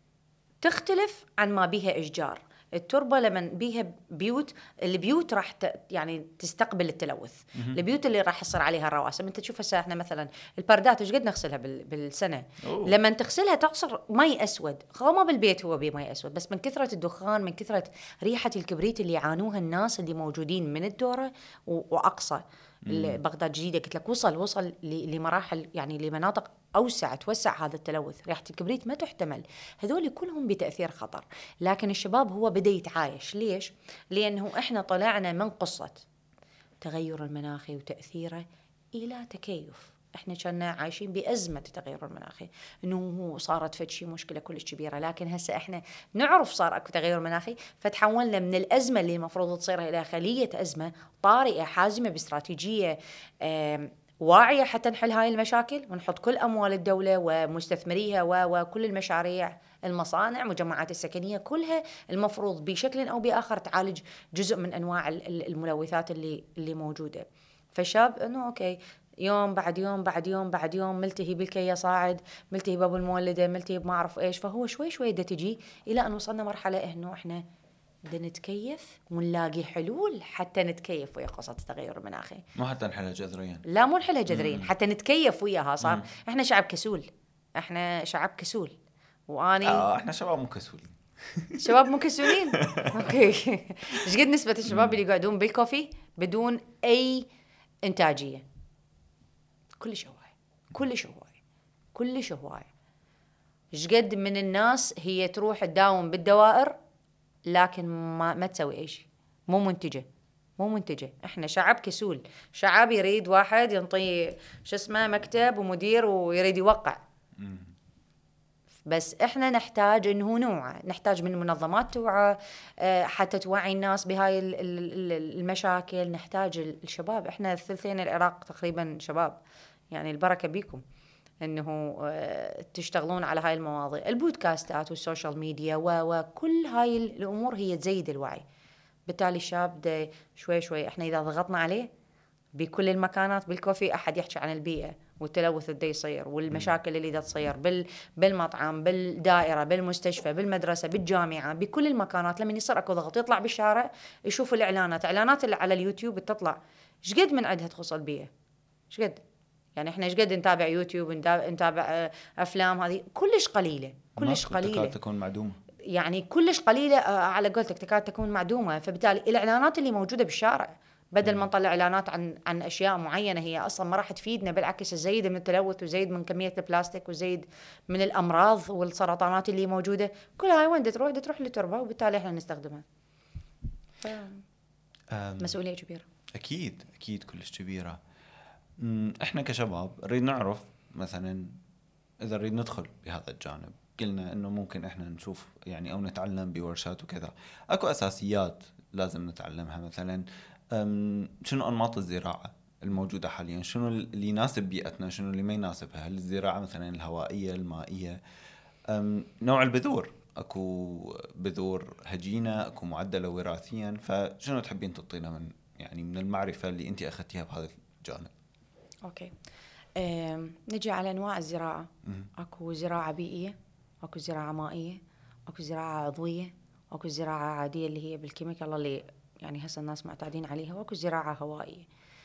تختلف عن ما بيها إشجار. التربة لما بيها البيوت راح يعني تستقبل التلوث. البيوت اللي راح يصير عليها الرواسب، انت تشوف هسه احنا مثلا البردات ايش قد نغسلها بالسنة. لما تغسلها تعصر مي اسود، ما بالبيت هو بمي اسود، بس من كثرة الدخان، من كثرة ريحة الكبريت اللي يعانوها الناس اللي موجودين من الدورة واقصى بغداد جديدة. قلت لك وصل لمراحل، يعني لمناطق توسع هذا التلوث. ريحة الكبريت ما تحتمل، هذول كلهم بتأثير خطر. لكن الشباب هو بدأ يتعايش. ليش؟ لأنه إحنا طلعنا من قصة تغير المناخي وتأثيره إلى تكيف. إحنا كنا عايشين بأزمة التغير المناخي، إنه صارت فشي مشكلة كلش كبيرة. لكن هسه إحنا نعرف صار أكو تغير مناخي، فتحولنا من الأزمة اللي مفروض تصير إلى خلية أزمة طارئة حازمة باستراتيجية واعية حتى نحل هاي المشاكل ونحط كل أموال الدولة ومستثمريها وكل المشاريع، المصانع، مجمعات السكنية، كلها المفروض بشكل أو بآخر تعالج جزء من أنواع الملوثات اللي موجودة. فشاب إنه أوكي يوم بعد يوم بعد يوم بعد يوم ملتهي بالكية صاعد، ملتهي بابو المولدة، ملتهي بما أعرف إيش. فهو شوي شوي دا تجي إلى أن وصلنا مرحلة إنه إحنا بدنا نتكيف ونلاقي حلول حتى نتكيف ويا قصة التغير المناخي. مو حتى نحلها جذريا، لا مو نحلها جذريا، حتى نتكيف وياها. صار احنا شعب كسول واني احنا شباب مو كسولين. شباب مو كسولين. اوكي. ايش قد نسبة الشباب اللي يقعدون بالكوفي بدون اي انتاجية؟ كلش هواي. ايش قد من الناس هي تروح تداوم بالدوائر لكن ما تسوي اي شيء، مو منتجة. احنا شعب كسول، شعب يريد واحد ينطي مكتب ومدير ويريد يوقع. بس احنا نحتاج انه نوعى، نحتاج من منظمات توعى حتى توعي الناس بهاي المشاكل. نحتاج الشباب، احنا ثلثين العراق تقريبا شباب، يعني البركة بيكم انه تشتغلون على هاي المواضيع. البودكاستات والسوشيال ميديا وكل هاي الامور هي تزيد الوعي. بالتالي الشاب ده شوي شوي احنا اذا ضغطنا عليه بكل المكانات بالكوفي احد يحكي عن البيئه والتلوث اللي يصير والمشاكل اللي دا تصير بالمطعم، بالدائره، بالمستشفى، بالمدرسه، بالجامعه، بكل المكانات. لما يصير اكو ضغط يطلع بالشارع يشوف الاعلانات اللي على اليوتيوب تطلع شقد من عندها تخص البيئه، شقد يعني احنا شقد نتابع يوتيوب نتابع افلام هذه كلش قليله تكاد تكون معدومه، يعني كلش قليله على قولتك تكاد تكون معدومه. فبالتالي الاعلانات اللي موجوده بالشارع بدل ما نطلع اعلانات عن اشياء معينه هي اصلا ما راح تفيدنا، بالعكس تزيد من التلوث وزيد من كميه البلاستيك وزيد من الامراض والسرطانات اللي موجوده، كل هاي وين تروح للتربه وبالتالي احنا نستخدمها. مسؤوليه كبيره، اكيد كلش كبيره. احنا كشباب نريد نعرف مثلا اذا نريد ندخل بهذا الجانب، قلنا انه ممكن احنا نشوف يعني او نتعلم بورشات وكذا، اكو اساسيات لازم نتعلمها. مثلا شنو انماط الزراعه الموجوده حاليا، شنو اللي يناسب بيئتنا، شنو اللي ما يناسبها. هل الزراعه مثلا الهوائيه، المائيه، نوع البذور، اكو بذور هجينه، اكو معدله وراثيا. فشنو تحبين تعطينا من المعرفه اللي انت اخذتيها بهذا الجانب؟ اوكي. نجي على انواع الزراعه. اكو زراعه بيئيه، اكو زراعه مائيه، اكو زراعه عضويه، اكو زراعه عاديه اللي هي بالكيميكال اللي يعني هسه الناس معتادين عليها، واكو زراعه هوائيه.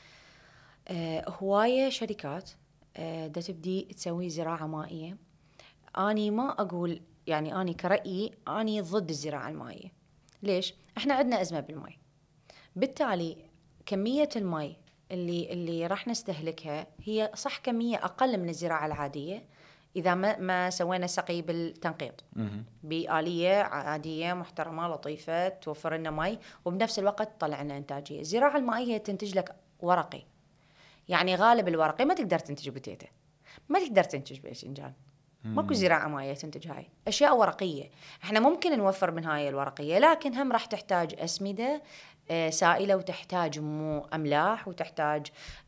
هوايه شركات دا تبدي تسوي زراعه مائيه. اني ما اقول يعني اني كرأيي اني ضد الزراعه المائيه. ليش؟ احنا عندنا ازمه بالماء، بالتالي كميه الماء اللي راح نستهلكها هي صح كميه اقل من الزراعه العاديه اذا ما سوينا سقي بالتنقيط بآلية عاديه محترمه لطيفه توفر لنا ماء وبنفس الوقت تطلع لنا انتاجيه. الزراعه المائيه تنتج لك ورقي، يعني غالب الورقي ما تقدر تنتج بوتيتا، ما تقدر تنتج باذنجان، ماكو زراعه مائيه تنتج هاي اشياء ورقيه. احنا ممكن نوفر من هاي الورقيه، لكن هم راح تحتاج اسمده سائله وتحتاج املاح وتحتاج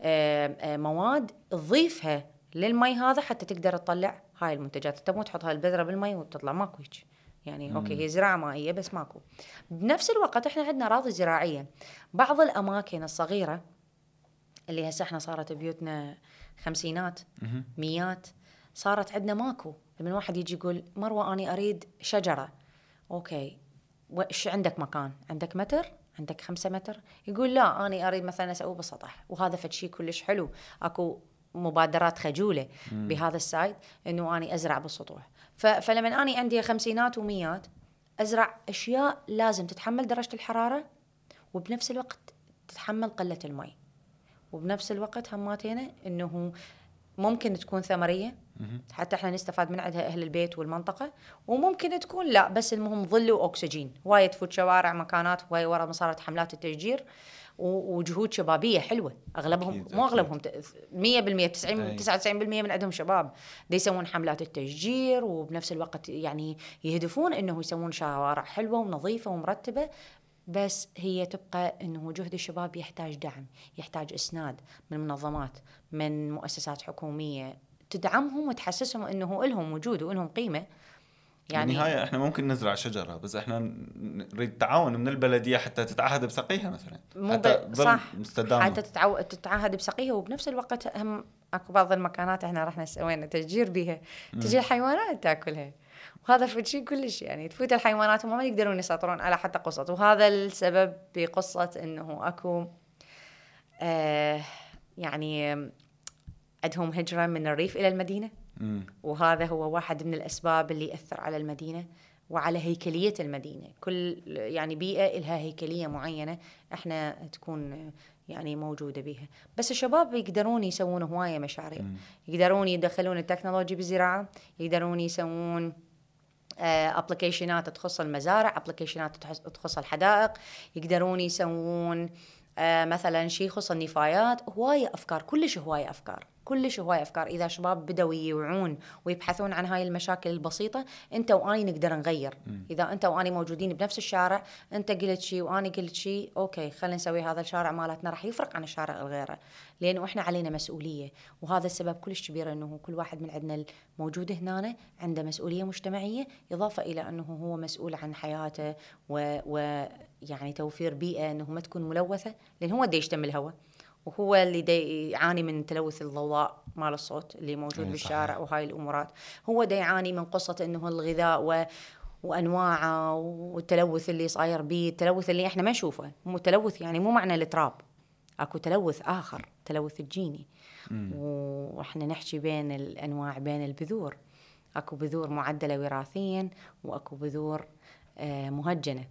مواد تضيفها للمي هذا حتى تقدر تطلع هاي المنتجات. انت مو تحط هاي البذره بالمي وتطلع، ماكو هيك يعني. اوكي هي زراعه مائيه بس ماكو. بنفس الوقت احنا عندنا اراضي زراعيه. بعض الاماكن الصغيره اللي هسه احنا صارت بيوتنا خمسينات ميات، صارت عندنا ماكو. لما واحد يجي يقول مروة أنا أريد شجرة، أوكي وش عندك مكان؟ عندك متر؟ عندك 5 متر؟ يقول لا أنا أريد مثلا أسوي بالسطح. وهذا فشي كلش حلو. أكو مبادرات خجولة بهذا السايد إنه أنا أزرع بالسطوح. فلما أنا عندي خمسينات وميات أزرع أشياء لازم تتحمل درجة الحرارة وبنفس الوقت تتحمل قلة الماء، وبنفس الوقت هماتينا إنه ممكن تكون ثمرية حتى احنا نستفاد من عندها أهل البيت والمنطقة، وممكن تكون لا بس المهم ظل وأكسجين. وايد تفوت شوارع مكانات وهي ورا ما صارت حملات التشجير وجهود شبابية حلوة. أغلبهم أكيد مو أغلبهم 100% 99% من عندهم شباب دي يسوون حملات التشجير، وبنفس الوقت يعني يهدفون إنه يسوون شوارع حلوة ونظيفة ومرتبة. بس هي تبقى إنه جهد الشباب يحتاج دعم، يحتاج إسناد من منظمات، من مؤسسات حكومية تدعمهم وتحسسهم إنه إلهم وجود وإلهم قيمة. يعني هاي إحنا ممكن نزرع شجرة بس إحنا نريد تعاون من البلدية حتى تتعهد بسقيها مثلا، حتى تظل مستدامة، حتى تتعهد بسقيها. وبنفس الوقت هم أكو بعض المكانات إحنا رحنا سوينا تشجير بيها، تجي الحيوانات تأكلها، وهذا في شيء كلش يعني تفوت الحيوانات وما يقدرون يسيطرون على حتى قصة. وهذا السبب بقصة إنه أكو يعني عندهم هجرة من الريف إلى المدينة، وهذا هو واحد من الأسباب اللي يأثر على المدينة وعلى هيكلية المدينة. كل يعني بيئة لها هيكلية معينة احنا تكون يعني موجودة بها. بس الشباب يقدرون يسوون هواية مشاريع، يقدرون يدخلون التكنولوجيا بالزراعة، يقدرون يسوون ابليكيشنات تخص المزارع، ابليكيشنات تخص الحدائق، يقدرون يسوون مثلا شيء يخص النفايات. هواية أفكار، كلش هواية أفكار. كلش هواي أفكار. إذا شباب بدوا يوعون ويبحثون عن هاي المشاكل البسيطة، أنت وأني نقدر نغير. إذا أنت وأني موجودين بنفس الشارع، أنت قلت شيء وأني قلت شيء، أوكي خلينا نسوي هذا الشارع مالتنا راح يفرق عن الشارع الغيره، لأنه إحنا علينا مسؤولية. وهذا السبب كلش كبير أنه كل واحد من عندنا الموجود هنا عنده مسؤولية مجتمعية، إضافة إلى أنه هو مسؤول عن حياته ويعني توفير بيئة أنه ما تكون ملوثة، لأن هو دا يشتم الهواء، وهو اللي دا يعاني من تلوث الضوضاء مال الصوت اللي موجود بالشارع. وهاي الأمورات هو دا يعاني من قصة أنه الغذاء وأنواعه والتلوث اللي صاير بيه، التلوث اللي إحنا ما نشوفه. مو تلوث يعني مو معنى التراب، أكو تلوث آخر، تلوث الجيني. وإحنا نحكي بين الأنواع، بين البذور، أكو بذور معدلة وراثيا وأكو بذور مهجنة،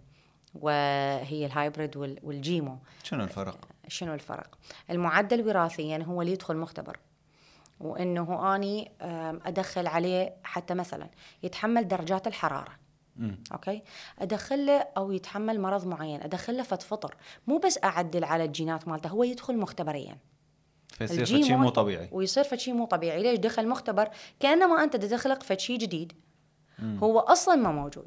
وهي الهايبريد والجيمو. شنو الفرق؟ المعدل وراثيا هو اللي يدخل مختبر، وإنه أني أدخل عليه حتى مثلا يتحمل درجات الحرارة، أوكي، أدخله أو يتحمل مرض معين، أدخله فطر، مو بس أعدل على الجينات مالته، هو يدخل مختبريا فيصير فشي مو طبيعي. ويصير فشي مو طبيعي. ليش؟ دخل مختبر كأنما أنت تخلق فشي جديد هو أصلا ما موجود،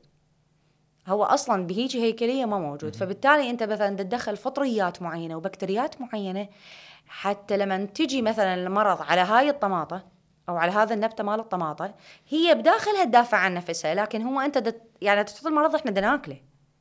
هو أصلا بهيجي هيكلية ما موجود. فبالتالي أنت مثلا تدخل فطريات معينة وبكتيريات معينة، حتى لما تجي مثلا المرض على هاي الطماطة أو على هذا النبتة مال الطماطة، هي بداخلها تدافع عن نفسها، لكن هو أنت يعني تحط المرض إحنا دناكله،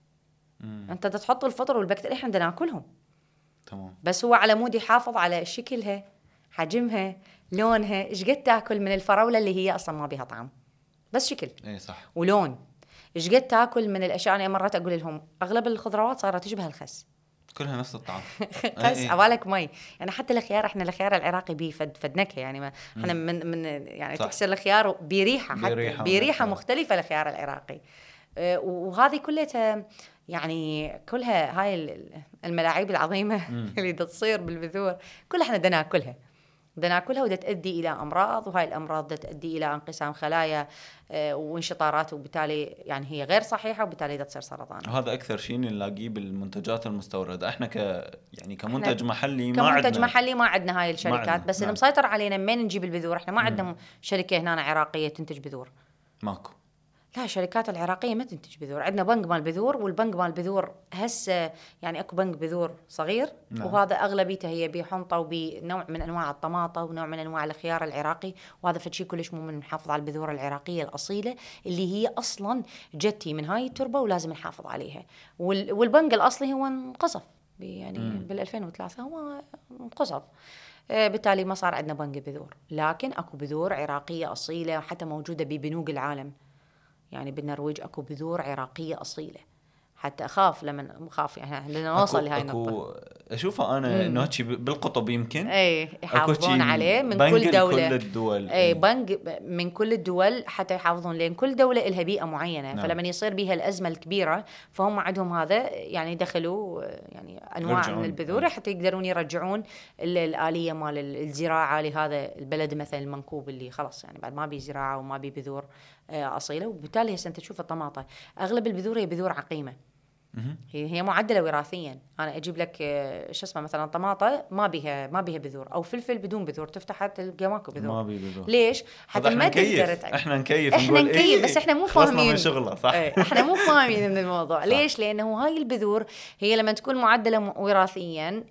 أنت تحط الفطر والبكتيريا إحنا دناكلهم. تمام. بس هو على مود يحافظ على شكلها، حجمها، لونها. إيش قد تاكل من الفراولة اللي هي أصلا ما بيها طعم، بس شكل إيه صح ولون. إيش قد تاكل من الأشياء. أنا مرات أقول لهم أغلب الخضروات صارت تشبه الخس، كلها نفس الطعم. خس عوالك مي. يعني حتى الخيار، احنا الخيار العراقي بيه فدنكه، يعني ما احنا من يعني تكسر الخيار بريحه، حتى بريحه مختلفه الخيار العراقي. وهذه كلها يعني كلها هاي الملاعيب العظيمه اللي تصير بالبذور كلها احنا ناكلها وده تؤدي الى امراض، وهاي الامراض ده تؤدي الى انقسام خلايا وانشطارات، وبالتالي يعني هي غير صحيحه، وبالتالي ده تصير سرطان. وهذا اكثر شيء نلاقيه بالمنتجات المستورده. احنا يعني كمنتج محلي ما عندنا هاي الشركات. بس اللي مسيطر علينا من نجيب البذور، احنا ما عندنا شركه هنا عراقيه تنتج بذور، ماكو. لا، الشركات العراقية ما تنتج بذور. عندنا بنك مال بذور، والبنك مال بذور هسه يعني اكو بنك بذور صغير، وهذا اغلبيته هي بحنطة وبنوع من انواع الطماطة ونوع من انواع الخيار العراقي، وهذا فشي كلش مو من نحافظ على البذور العراقية الأصيلة اللي هي اصلا جتي من هاي التربة ولازم نحافظ عليها. والبنك الاصلي هو انقصف يعني بال2003 هو انقصف، بالتالي ما صار عندنا بنك بذور. لكن اكو بذور عراقية أصيلة حتى موجودة ببنوك العالم. يعني بالنرويج اكو بذور عراقيه اصيله، حتى اخاف لما مخاف يعني بدنا نوصل لهاي النقطه. اشوفها انا انه هيك بالقطب يمكن يحافظون عليه من كل دوله. بنك من كل الدول حتى يحافظون، لان كل دوله لها بيئه معينه. فلما يصير بها الازمه الكبيره فهم عندهم هذا يعني يدخلوا يعني انواع من البذور حتى يقدرون يرجعون الاليه مال الزراعه لهذا البلد مثلا المنكوب اللي خلاص يعني بعد ما بي زراعه وما بي بذور اصيله. وبالتالي هسه انت تشوف الطماطه اغلب البذور هي بذور عقيمه، هي معدله وراثيا. انا اجيب لك شو اسمه مثلا طماطه ما بيها بذور، او فلفل بدون بذور، تفتح تلقى ماكو بذور. ليش؟ حتى ما تقدر احنا نكيف بس احنا مو فاهمين من شغله صح. احنا مو فاهمين من الموضوع. ليش؟ لانه هاي البذور هي لما تكون معدله وراثيا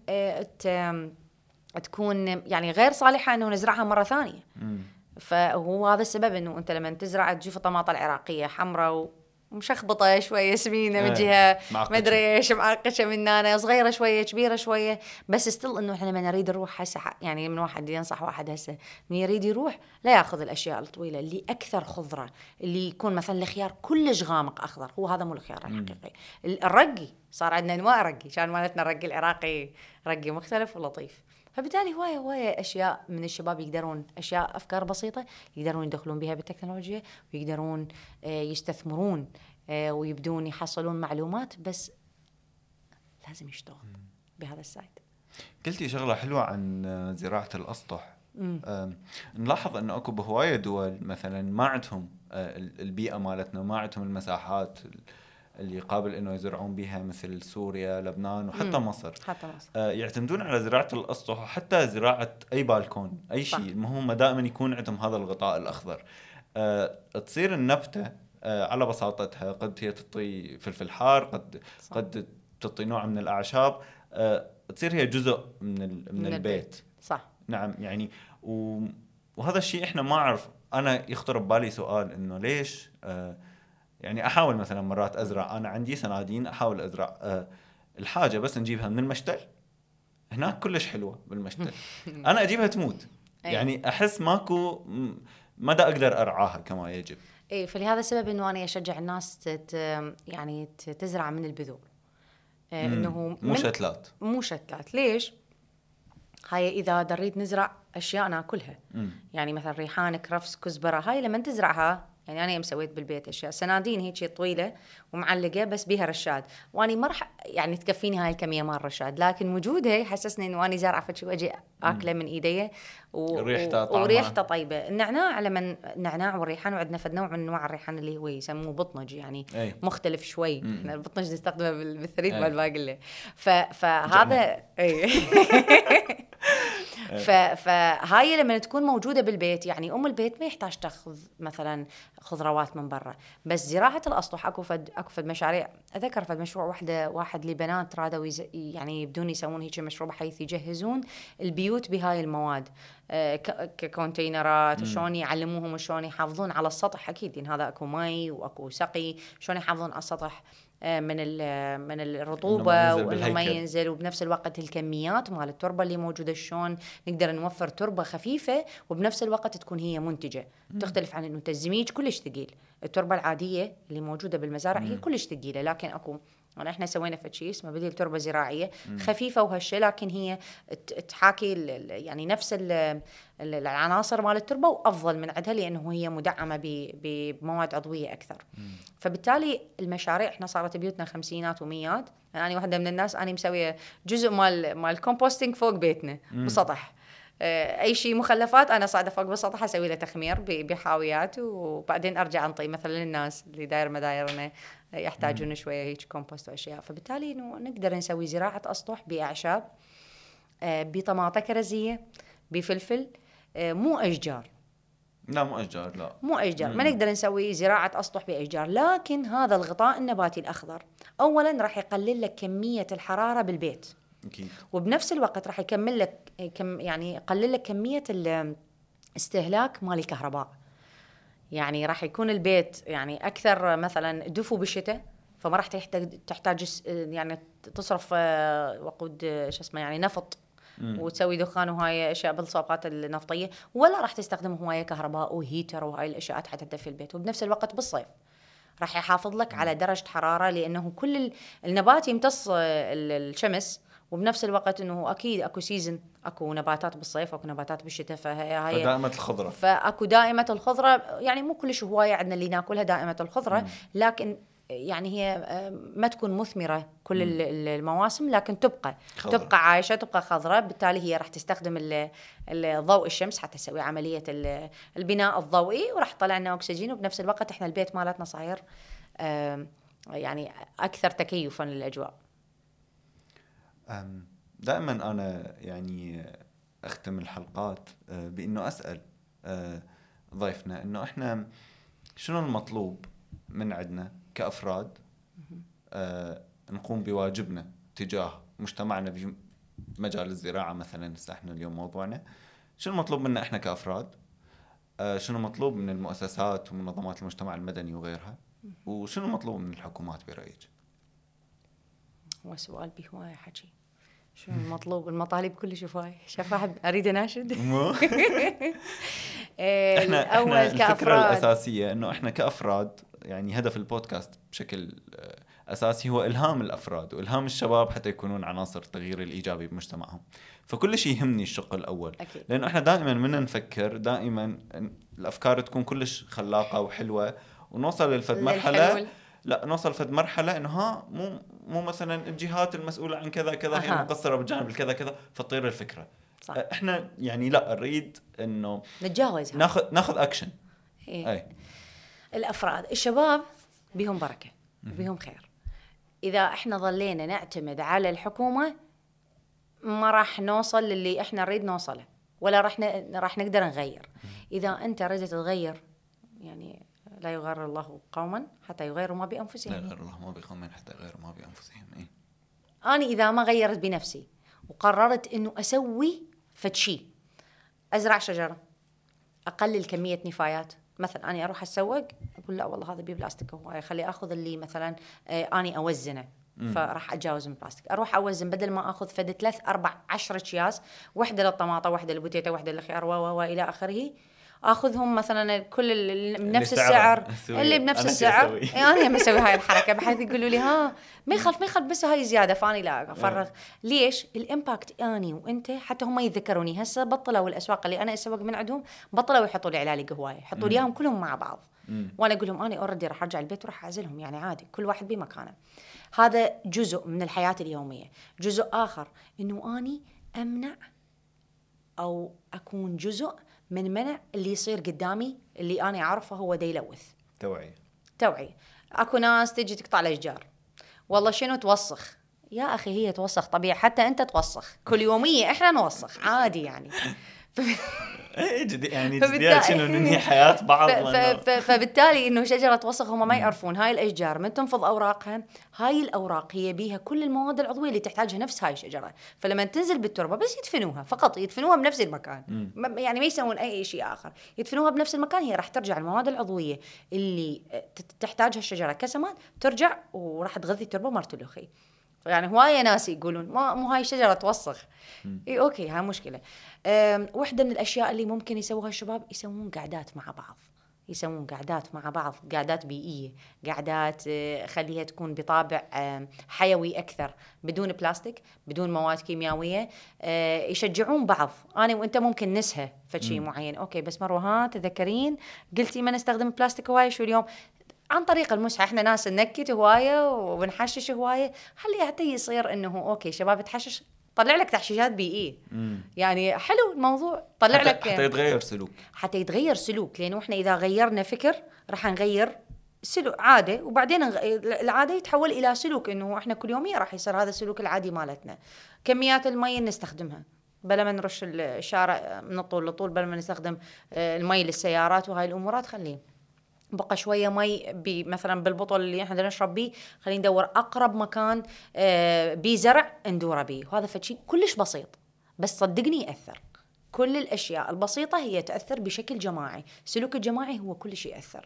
تكون يعني غير صالحه انه نزرعها مره ثانيه. فهو هذا السبب انه انت لما تزرع تشوف الطماطه العراقيه حمراء ومشخبطه شويه سمينه من جهه ما ادري ايش، معقشه من هنا، صغيره شويه كبيره شويه، بس استل انه احنا لما نريد نروح هسه يعني من واحد ينصح واحد هسه من يريد يروح لا ياخذ الاشياء الطويله اللي اكثر خضره، اللي يكون مثلا الخيار كلش غامق اخضر، هو هذا مو الخيار الحقيقي. الرقي صار عندنا انواع رقي، كان مالتنا الرقي العراقي رقي مختلف ولطيف. فبالتالي هواية أشياء من الشباب يقدرون، أشياء أفكار بسيطة يقدرون يدخلون بها بالتكنولوجيا، ويقدرون يستثمرون ويبدون يحصلون معلومات، بس لازم يشتغل بهذا السايد. قلتي شغلة حلوة عن زراعة الأسطح. نلاحظ أنه أكو بهواية دول مثلا ما عندهم البيئة مالتنا، ما عندهم المساحات اللي قابل انه يزرعون بها مثل سوريا، لبنان وحتى مصر. حتى مصر يعتمدون على زراعة الأسطح وحتى زراعة أي بالكون أي شيء، المهم دائما يكون عندهم هذا الغطاء الأخضر. تصير النبتة على بساطتها قد هي تعطي فلفل حار، قد تعطي نوع من الأعشاب، تصير هي جزء من البيت. صح. نعم يعني وهذا الشيء احنا ما أعرف. أنا يخطر ببالي سؤال إنه ليش يعني أحاول مثلا مرات أزرع، أنا عندي سنادين أحاول أزرع الحاجة بس نجيبها من المشتل، هناك كلش حلوة بالمشتل أنا أجيبها تموت. يعني أحس ماكو مدى أقدر أرعاها كما يجب. إيه، فلهذا السبب إنه أنا أشجع الناس يعني تزرع من البذور. إنه مو شتلات. ليش؟ هاي إذا دريت نزرع أشياء ناكلها. يعني مثلا ريحان، كرفس، كزبرة، هاي لما تزرعها، يعني أنا مسويت بالبيت أشياء سنادين هيك طويلة ومعلقة بس بيها رشاد، وأني ما راح يعني تكفيني هاي الكمية مال رشاد، لكن وجودها يحسسني إنه أنا زارعة فشي وأجي أكله من إيدي وريحته طيبة. النعناع لما النعناع والريحان، وعندنا فد نوع من أنواع الريحان اللي هو يسموه بطنج، يعني مختلف شوي. البطنج نستخدمه بالثريد والباقلة. فهذا فهاي لما تكون موجودة بالبيت، يعني أم البيت ما يحتاج تأخذ مثلا خضروات من برا. بس زراعة الأسطح أكو فد مشاريع. أذكر فد مشروع واحد لبنات رادوا يعني يبدون يسوون هيك مشروع بحيث يجهزون البيوت بهاي المواد، ككونتينرات، شلون يعلموهم شلون يحافظون على السطح. أكيد إن هذا أكو مي وأكو سقي، شلون يحافظون على السطح من الرطوبة وإنه ما ينزل، وبنفس الوقت الكميات مال التربة اللي موجودة شلون نقدر نوفر تربة خفيفة وبنفس الوقت تكون هي منتجة. تختلف عن إنه التزميج كلش ثقيل. التربة العادية اللي موجودة بالمزارع هي كلش ثقيلة، لكن أكو احنا سوينا فشي اسمه بديل تربة زراعية خفيفة وهالشي، لكن هي تحاكي يعني نفس العناصر مال التربة وأفضل من عندها، لأنه هي مدعمة بمواد عضوية أكثر. فبالتالي المشاريع احنا صارت بيوتنا خمسينات وميات. يعني أنا واحدة من الناس أنا مسوية جزء مال كومبوستينج فوق بيتنا بسطح. أي شيء مخلفات أنا صاعدة فوق بالسطح أسوي له تخمير بحاويات، وبعدين أرجع أنطي مثلا للناس اللي داير مدايرنا يحتاجون شوية هيك كومبوست وأشياء. فبالتالي إنه نقدر نسوي زراعة أسطح بأعشاب، بطماطة كرزية، بفلفل، مو أشجار. لا مو أشجار، لا مو أشجار. ما نقدر نسوي زراعة أسطح بأشجار، لكن هذا الغطاء النباتي الأخضر أولا راح يقلل لك كمية الحرارة بالبيت. أكيد. وبنفس الوقت راح يكمل لك يعني يقلل لك كمية الاستهلاك مال الكهرباء. يعني راح يكون البيت يعني أكثر مثلا دفو بالشتاء، فما راح تحتاج يعني تصرف وقود شو اسمه يعني نفط وتسوي دخان وهاي أشياء بالصاقات النفطية، ولا راح تستخدم هواية كهرباء وهيتر وهاي الأشياء حتى تدفي البيت. وبنفس الوقت بالصيف راح يحافظ لك على درجة حرارة، لأنه كل النبات يمتص الشمس، وبنفس الوقت انه اكيد اكو سيزن، اكو نباتات بالصيف اكو نباتات بالشتاء، فهي دائمة الخضرة. فاكو دائمة الخضرة، يعني مو كلش هواية عندنا اللي ناكلها دائمة الخضرة، لكن يعني هي ما تكون مثمرة كل المواسم، لكن تبقى عايشة، تبقى خضرة. بالتالي هي راح تستخدم الضوء الشمس حتى تسوي عملية البناء الضوئي، وراح تطلع لنا أكسجين. وبنفس الوقت احنا البيت مالتنا صاير يعني أكثر تكيفا للأجواء. دائما أنا يعني أختم الحلقات بأنه أسأل ضيفنا أنه إحنا شنو المطلوب من عندنا كأفراد نقوم بواجبنا تجاه مجتمعنا بمجال الزراعة مثلا. احنا اليوم موضوعنا شنو المطلوب منا إحنا كأفراد، شنو مطلوب من المؤسسات ومنظمات المجتمع المدني وغيرها، وشنو مطلوب من الحكومات برأيك؟ هو سؤال بهواية حكي. شنو المطلوب؟ المطالب كلش هواية. شاف أريد أناشد. احنا الفكرة الأساسية إنه إحنا كأفراد، يعني هدف البودكاست بشكل أساسي هو إلهام الأفراد وإلهام الشباب حتى يكونون عناصر التغيير الإيجابي بمجتمعهم. فكل شيء يهمني الشق الأول أكيد. لأنه إحنا دائما من نفكر دائما الأفكار تكون كلش خلاقة وحلوة، ونوصل للفد مرحلة لا نوصل لفد مرحلة إنه مو مثلا الجهات المسؤولة عن كذا كذا هي مقصرة بالجانب الكذا كذا، فتطير الفكرة. صح. إحنا يعني لا نريد إنه نتجاوز، ناخذ أكشن. أي. الأفراد الشباب بهم بركة، وبيهم خير. إذا إحنا ظلينا نعتمد على الحكومة ما راح نوصل للي إحنا نريد نوصله، ولا راح نقدر نغير. إذا أنت ردت تغير، يعني لا يغير الله قوما حتى يغيروا ما بأنفسهم. لا يغير الله ما بقوم حتى يغيروا ما بأنفسهم. أنا إذا ما غيرت بنفسي وقررت إنه أسوي فشي، أزرع شجرة، أقلل كمية نفايات. مثلا أنا أروح أسوق، أقول لا والله هذا بلاستيك هواية، خلي أخذ اللي مثلا أنا أوزنه، فراح أتجاوز من البلاستيك. أروح أوزن، بدل ما أخذ فد 3 4 10 أكياس، واحدة للطماطة، واحدة للبوتيتا، واحدة للخيار وإلى آخره، أخذهم مثلا كل بنفس السعر، اللي بنفس السعر. أنا مسوي هاي الحركة بحيث يقولوا لي ها ما يخالف بس هاي زيادة، فاني لا أفرغ. ليش؟ الإمباكت أني وأنت حتى هم يذكروني. هسه بطلوا الأسواق اللي أنا أسوق من عندهم، بطلوا يحطوا لي علالي قهواية، يحطوا لي إياهم كلهم مع بعض. وأنا أقول لهم أنا أوردي راح أرجع البيت وراح أعزلهم، يعني عادي كل واحد بمكانه. هذا جزء من الحياة اليومية. جزء آخر إنه أني أمنع أو أكون جزء من منع اللي يصير قدامي اللي أنا أعرفه هو دا يلوث. توعية. أكو ناس تجي تقطع الأشجار، والله شنو توسخ يا أخي، هي توسخ طبيعي، حتى أنت توسخ كل يومية، إحنا نوسخ عادي يعني. يعني جديات شنو ننهي حياة بعض. فبالتالي إنه شجرة توسخ هم ما يعرفون هاي الأشجار من تنفض أوراقها، هاي الأوراق هي بيها كل المواد العضوية اللي تحتاجها نفس هاي الشجرة، فلما تنزل بالتربة بس يدفنوها، فقط يدفنوها بنفس المكان. يعني ما يسوون أي شيء آخر، يدفنوها بنفس المكان. هي راح ترجع المواد العضوية اللي تحتاجها الشجرة كسمات، ترجع وراح تغذي التربة مرتلوخي. يعني هواية ناس يقولون مو هاي الشجرة توسخ. إيه أوكي، هاي مشكلة. واحدة من الأشياء اللي ممكن يسووها الشباب، يسوون قعدات مع بعض، قعدات بيئية، قعدات خليها تكون بطابع حيوي أكثر، بدون بلاستيك، بدون مواد كيميائية. يشجعون بعض. أنا وإنت ممكن نسهى فشي معين، أوكي بس مروة تذكرين قلتي ما نستخدم بلاستيك هواية شو اليوم، عن طريق المسحة. احنا ناس ننكت هواية ونحشش هواية، خليها حتى يصير انه اوكي شباب تحشش، طلع لك تحشيشات بيئية. يعني حلو الموضوع، طلع لك حتى يتغير سلوك. لانه احنا اذا غيرنا فكر راح نغير سلوك عادة، وبعدين العادة يتحول الى سلوك، انه احنا كل يومية راح يصير هذا السلوك العادي مالتنا. كميات المي نستخدمها، بلا ما نرش الشارع من طول لطول، بلا ما نستخدم المي للسيارات وهاي الامورات، خليه بقى شوية مي مثلا بالبطل اللي احنا نشرب بيه، خلينا ندور أقرب مكان بزرع ندوره بيه. وهذا فشي كلش بسيط، بس صدقني يأثر. كل الأشياء البسيطة هي تأثر بشكل جماعي. سلوك الجماعي هو كل شيء يأثر.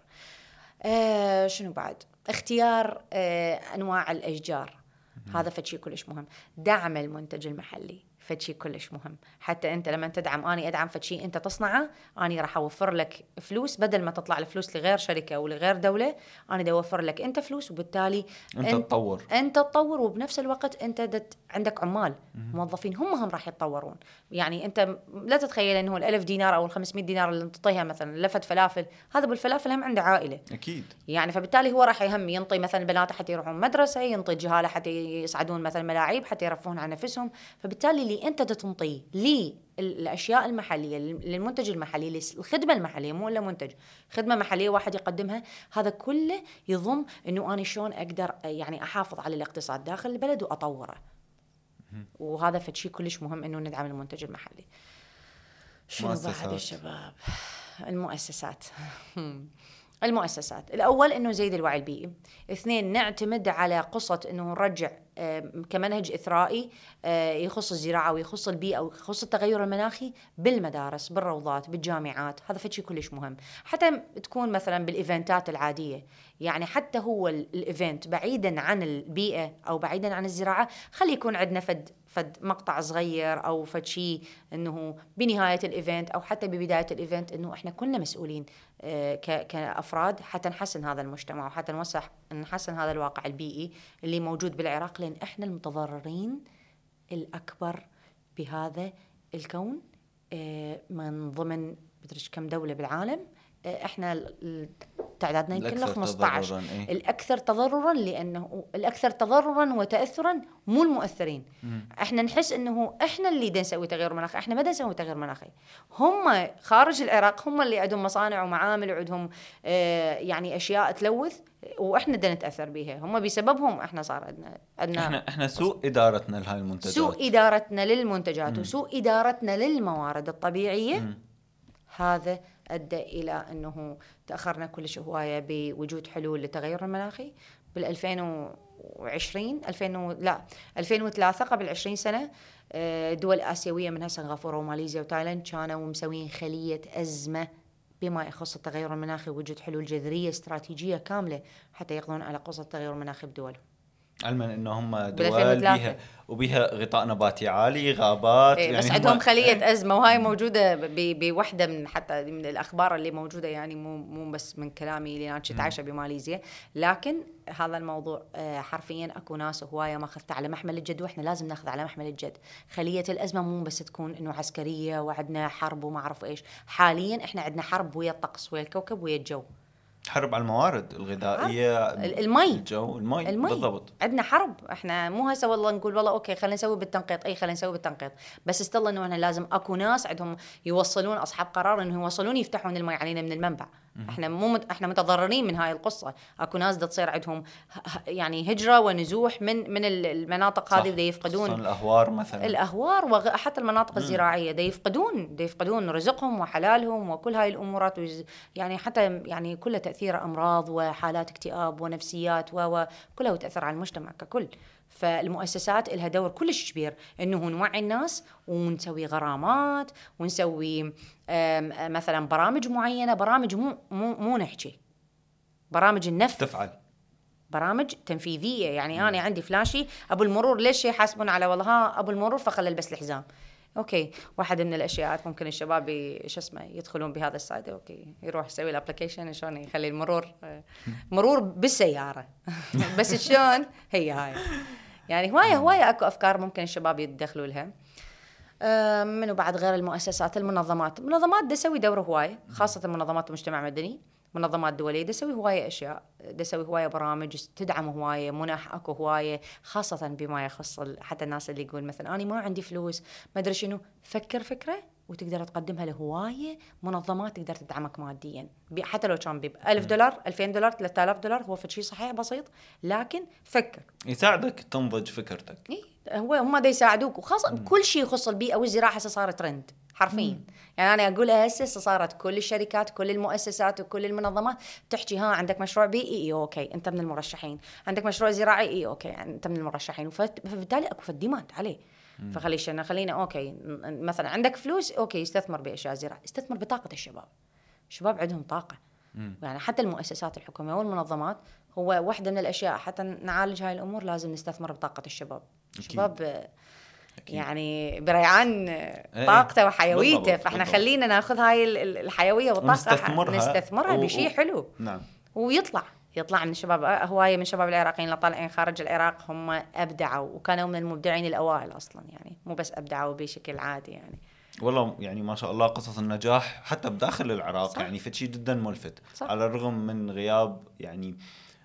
شنو بعد؟ اختيار أنواع الأشجار، هذا فشي كلش مهم. دعم المنتج المحلي فشي كلش مهم. حتى أنت لما تدعم، أنا أدعم فشي أنت تصنعه، أنا راح أوفر لك فلوس، بدل ما تطلع الفلوس لغير شركة ولغير دولة، أنا دا أوفر لك أنت فلوس، وبالتالي أنت تطور، وبنفس الوقت أنت عندك عمال موظفين هم راح يتطورون. يعني أنت لا تتخيل أنه 1000 دينار أو 500 دينار اللي تعطيها مثلا لفت فلافل، هذا بالفلافل هم عنده عائلة أكيد. يعني فبالتالي هو راح يهم ينطي مثلا بناته حتى يروحون مدرسة، ينطي جهالة حتى يصعدون مثلا ملاعب، حتى يرفهون عن نفسهم. فبالتالي اللي أنت تنطيه للأشياء المحلية، للمنتج المحلي، للخدمة المحلية، مو إلا منتج، خدمة محلية واحد يقدمها، هذا كله يضم إنه أنا شلون أقدر يعني أحافظ على الاقتصاد داخل البلد وأطوره. وهذا فشي كلش مهم إنه ندعم المنتج المحلي. شنو بعد الشباب؟ المؤسسات الأول إنه زيد الوعي البيئي. 2 نعتمد على قصة إنه نرجع كمنهج إثرائي يخص الزراعة ويخص البيئة ويخص التغير المناخي بالمدارس، بالروضات، بالجامعات. هذا فشي كلش مهم، حتى تكون مثلا بالإيفنتات العادية. يعني حتى هو الإيفنت بعيدا عن البيئة أو بعيدا عن الزراعة، خلي يكون عندنا فد مقطع صغير أو فد شيء إنه بنهاية الإيفنت أو حتى ببداية الإيفنت، إنه إحنا كلنا مسؤولين كأفراد حتى نحسن هذا المجتمع وحتى نحسن هذا الواقع البيئي اللي موجود بالعراق، لأن إحنا المتضررين الأكبر بهذا الكون من ضمن بدرش كم دولة بالعالم. احنا تعدادنا يمكن له 15. إيه؟ الأكثر تضررا، لأنه الأكثر تضررا وتأثرا مو المؤثرين. احنا نحس انه احنا اللي دا نسوي تغير مناخي، احنا ما دا نسوي تغير مناخي. هم خارج العراق هم اللي عندهم مصانع ومعامل وعندهم يعني اشياء تلوث، واحنا دا نتاثر بيها. هم بسببهم احنا صار عندنا احنا سوء ادارتنا لهاي المنتجات، سوء ادارتنا للمنتجات وسوء ادارتنا للموارد الطبيعيه. هذا ادى الى انه تاخرنا كلش هوايه بوجود حلول للتغير المناخي. بال 2020 2003 قبل 20 سنه دول آسيوية منها سنغافورة وماليزيا وتايلاند كانوا مسوين خلية أزمة بما يخص التغير المناخي، وجود حلول جذرية استراتيجية كاملة حتى يقضون على قصة التغير المناخي بدولهم. علما انه هم دول بيها غطاء نباتي عالي، غابات، يعني بس عندهم خلية أزمة، وهاي موجودة بوحدة من حتى من الأخبار اللي موجودة، يعني مو بس من كلامي اللي أنا كنت عايشة بماليزيا. لكن هذا الموضوع حرفيا اكو ناس هوايه ماخذته على محمل الجد، واحنا لازم ناخذ على محمل الجد. خليه الازمه مو بس تكون انه عسكريه وعندنا حرب وما اعرف ايش. حاليا احنا عندنا حرب ويا الطقس ويا الكوكب ويا الجو، حرب على الموارد الغذائيه، المي، الجو، المي. بالضبط. عندنا حرب. احنا مو هسه والله نقول والله اوكي خلينا نسوي بالتنقيط، خلينا نسوي بالتنقيط، بس استل انه احنا لازم اكو ناس عندهم يوصلون، اصحاب قرار انه يوصلون يفتحون المي علينا من المنبع. احنا متضررين من هاي القصه. اكو ناس دا تصير عندهم يعني هجره ونزوح من المناطق هذه، ودا يفقدون الاهوار مثلا، الاهوار وحتى المناطق الزراعيه، دا يفقدون رزقهم وحلالهم وكل هاي الامورات. يعني حتى يعني كلها تاثير امراض وحالات اكتئاب ونفسيات وكلها تاثر على المجتمع ككل. فالمؤسسات لها دور كلش كبير انه نوعي الناس ونسوي غرامات ونسوي مثلا برامج معينه، برامج مو نحكي برامج النفذ، تفعل برامج تنفيذيه. يعني انا عندي فلاشي ابو المرور، ليش يحاسبون على والله ابو المرور فخلى البس الحزام؟ اوكي، واحده من الاشياء ممكن الشباب يدخلون بهذا السايت، اوكي يروح يسوي الابلكيشن شلون يخلي المرور مرور بالسياره بس شلون هي هاي. يعني هوايه اكو افكار ممكن الشباب يتدخلوا لها. منو بعد غير المؤسسات، المنظمات تسوي دور هوايه، خاصه منظمات المجتمع المدني، منظمات دوليه تسوي هوايه اشياء، تسوي هوايه برامج تدعم هوايه، منح اكو هوايه، خاصه بما يخص حتى الناس اللي يقول مثلا انا ما عندي فلوس ما ادري شنو، فكر فكره وتقدر تقدمها لهوايه منظمات تقدر تدعمك ماديا، حتى لو كان $1000 $2000 $3000 هو شيء صحيح بسيط، لكن فكر يساعدك تنضج فكرتك. هم دا يساعدوك، وخاصه بكل شيء يخص البيئه والزراعه. هسه صارت ترند حرفيا. يعني انا اقولها هسه صارت كل الشركات كل المؤسسات وكل المنظمات تحكي ها عندك مشروع بيئي اوكي انت من المرشحين، عندك مشروع زراعي اوكي يعني انت من المرشحين، فبالتالي اكو ديماند عليه. خلينا اوكي مثلا عندك فلوس اوكي استثمر باشياء زراعه، استثمر بطاقه الشباب عندهم طاقه. يعني حتى المؤسسات الحكوميه والمنظمات هو واحده من الاشياء حتى نعالج هاي الامور لازم نستثمر بطاقه الشباب. الشباب يعني بريعان طاقته وحيويته، فاحنا خلينا ناخذ هاي الحيويه والطاقه نستثمرها بشيء حلو. نعم. ويطلع من الشباب، هوايه من شباب العراقيين اللي طالعين خارج العراق هم ابدعوا وكانوا من المبدعين الاوائل اصلا، يعني مو بس ابدعوا بشكل عادي يعني. والله يعني ما شاء الله قصص النجاح حتى بداخل العراق. صح. يعني فشي جدا ملفت. صح. على الرغم من غياب يعني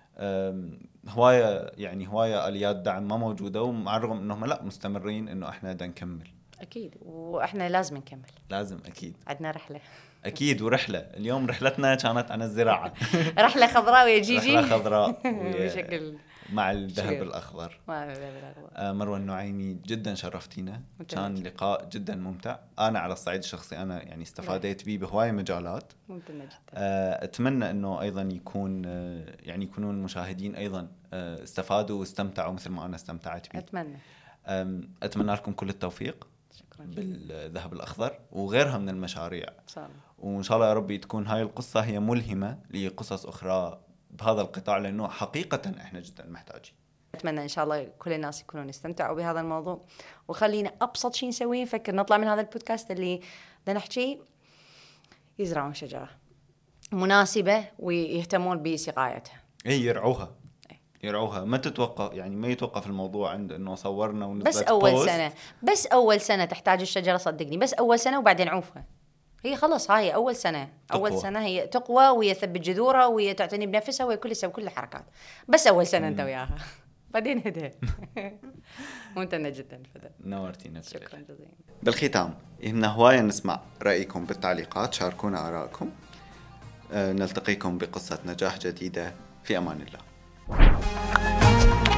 هواية آليات دعم ما موجودة، ومع الرغم انهم لا مستمرين انه احنا بدنا نكمل. اكيد، واحنا لازم نكمل، لازم اكيد، عندنا رحلة اكيد. ورحلة اليوم رحلتنا كانت عن الزراعة رحلة خضراء ويا جيجي، رحلة خضراء بشكل مع الذهب الأخضر. مروة النعيمي جدا شرفتينا، كان لقاء جدا ممتع. أنا على الصعيد الشخصي أنا يعني استفادت بيه بهواية مجالات. أتمنى أنه أيضا يكونون المشاهدين أيضا استفادوا واستمتعوا مثل ما أنا استمتعت بيه. أتمنى لكم كل التوفيق. شكرا. بالذهب الأخضر وغيرها من المشاريع. وإن شاء الله يا ربي تكون هاي القصة هي ملهمة لقصص أخرى بهذا القطاع، لأنه حقيقة إحنا جدا محتاجين. أتمنى إن شاء الله كل الناس يكونون يستمتعوا بهذا الموضوع، وخلينا أبسط شيء نسويه نفكر نطلع من هذا البودكاست اللي بدنا نحكي يزرعون شجرة مناسبة ويهتمون بسقايتها. يرعوها ما تتوقف، يعني ما يتوقف الموضوع عند إنه صورنا ونزلت بس أول سنة تحتاج الشجرة، صدقني بس أول سنة، وبعدين عوفها هي خلص هاي أول سنة تقوى. أول سنة هي تقوى وهي تثبت جذورها وهي تعتني بنفسها وهي كل الحركات، بس أول سنة أنت وياها بعدين هدى. ممتنة جدا فدا، نورتينا. شكرا جزيلا. بالختام يهمنا هواية نسمع رأيكم بالتعليقات، شاركونا آراءكم. نلتقيكم بقصة نجاح جديدة، في أمان الله.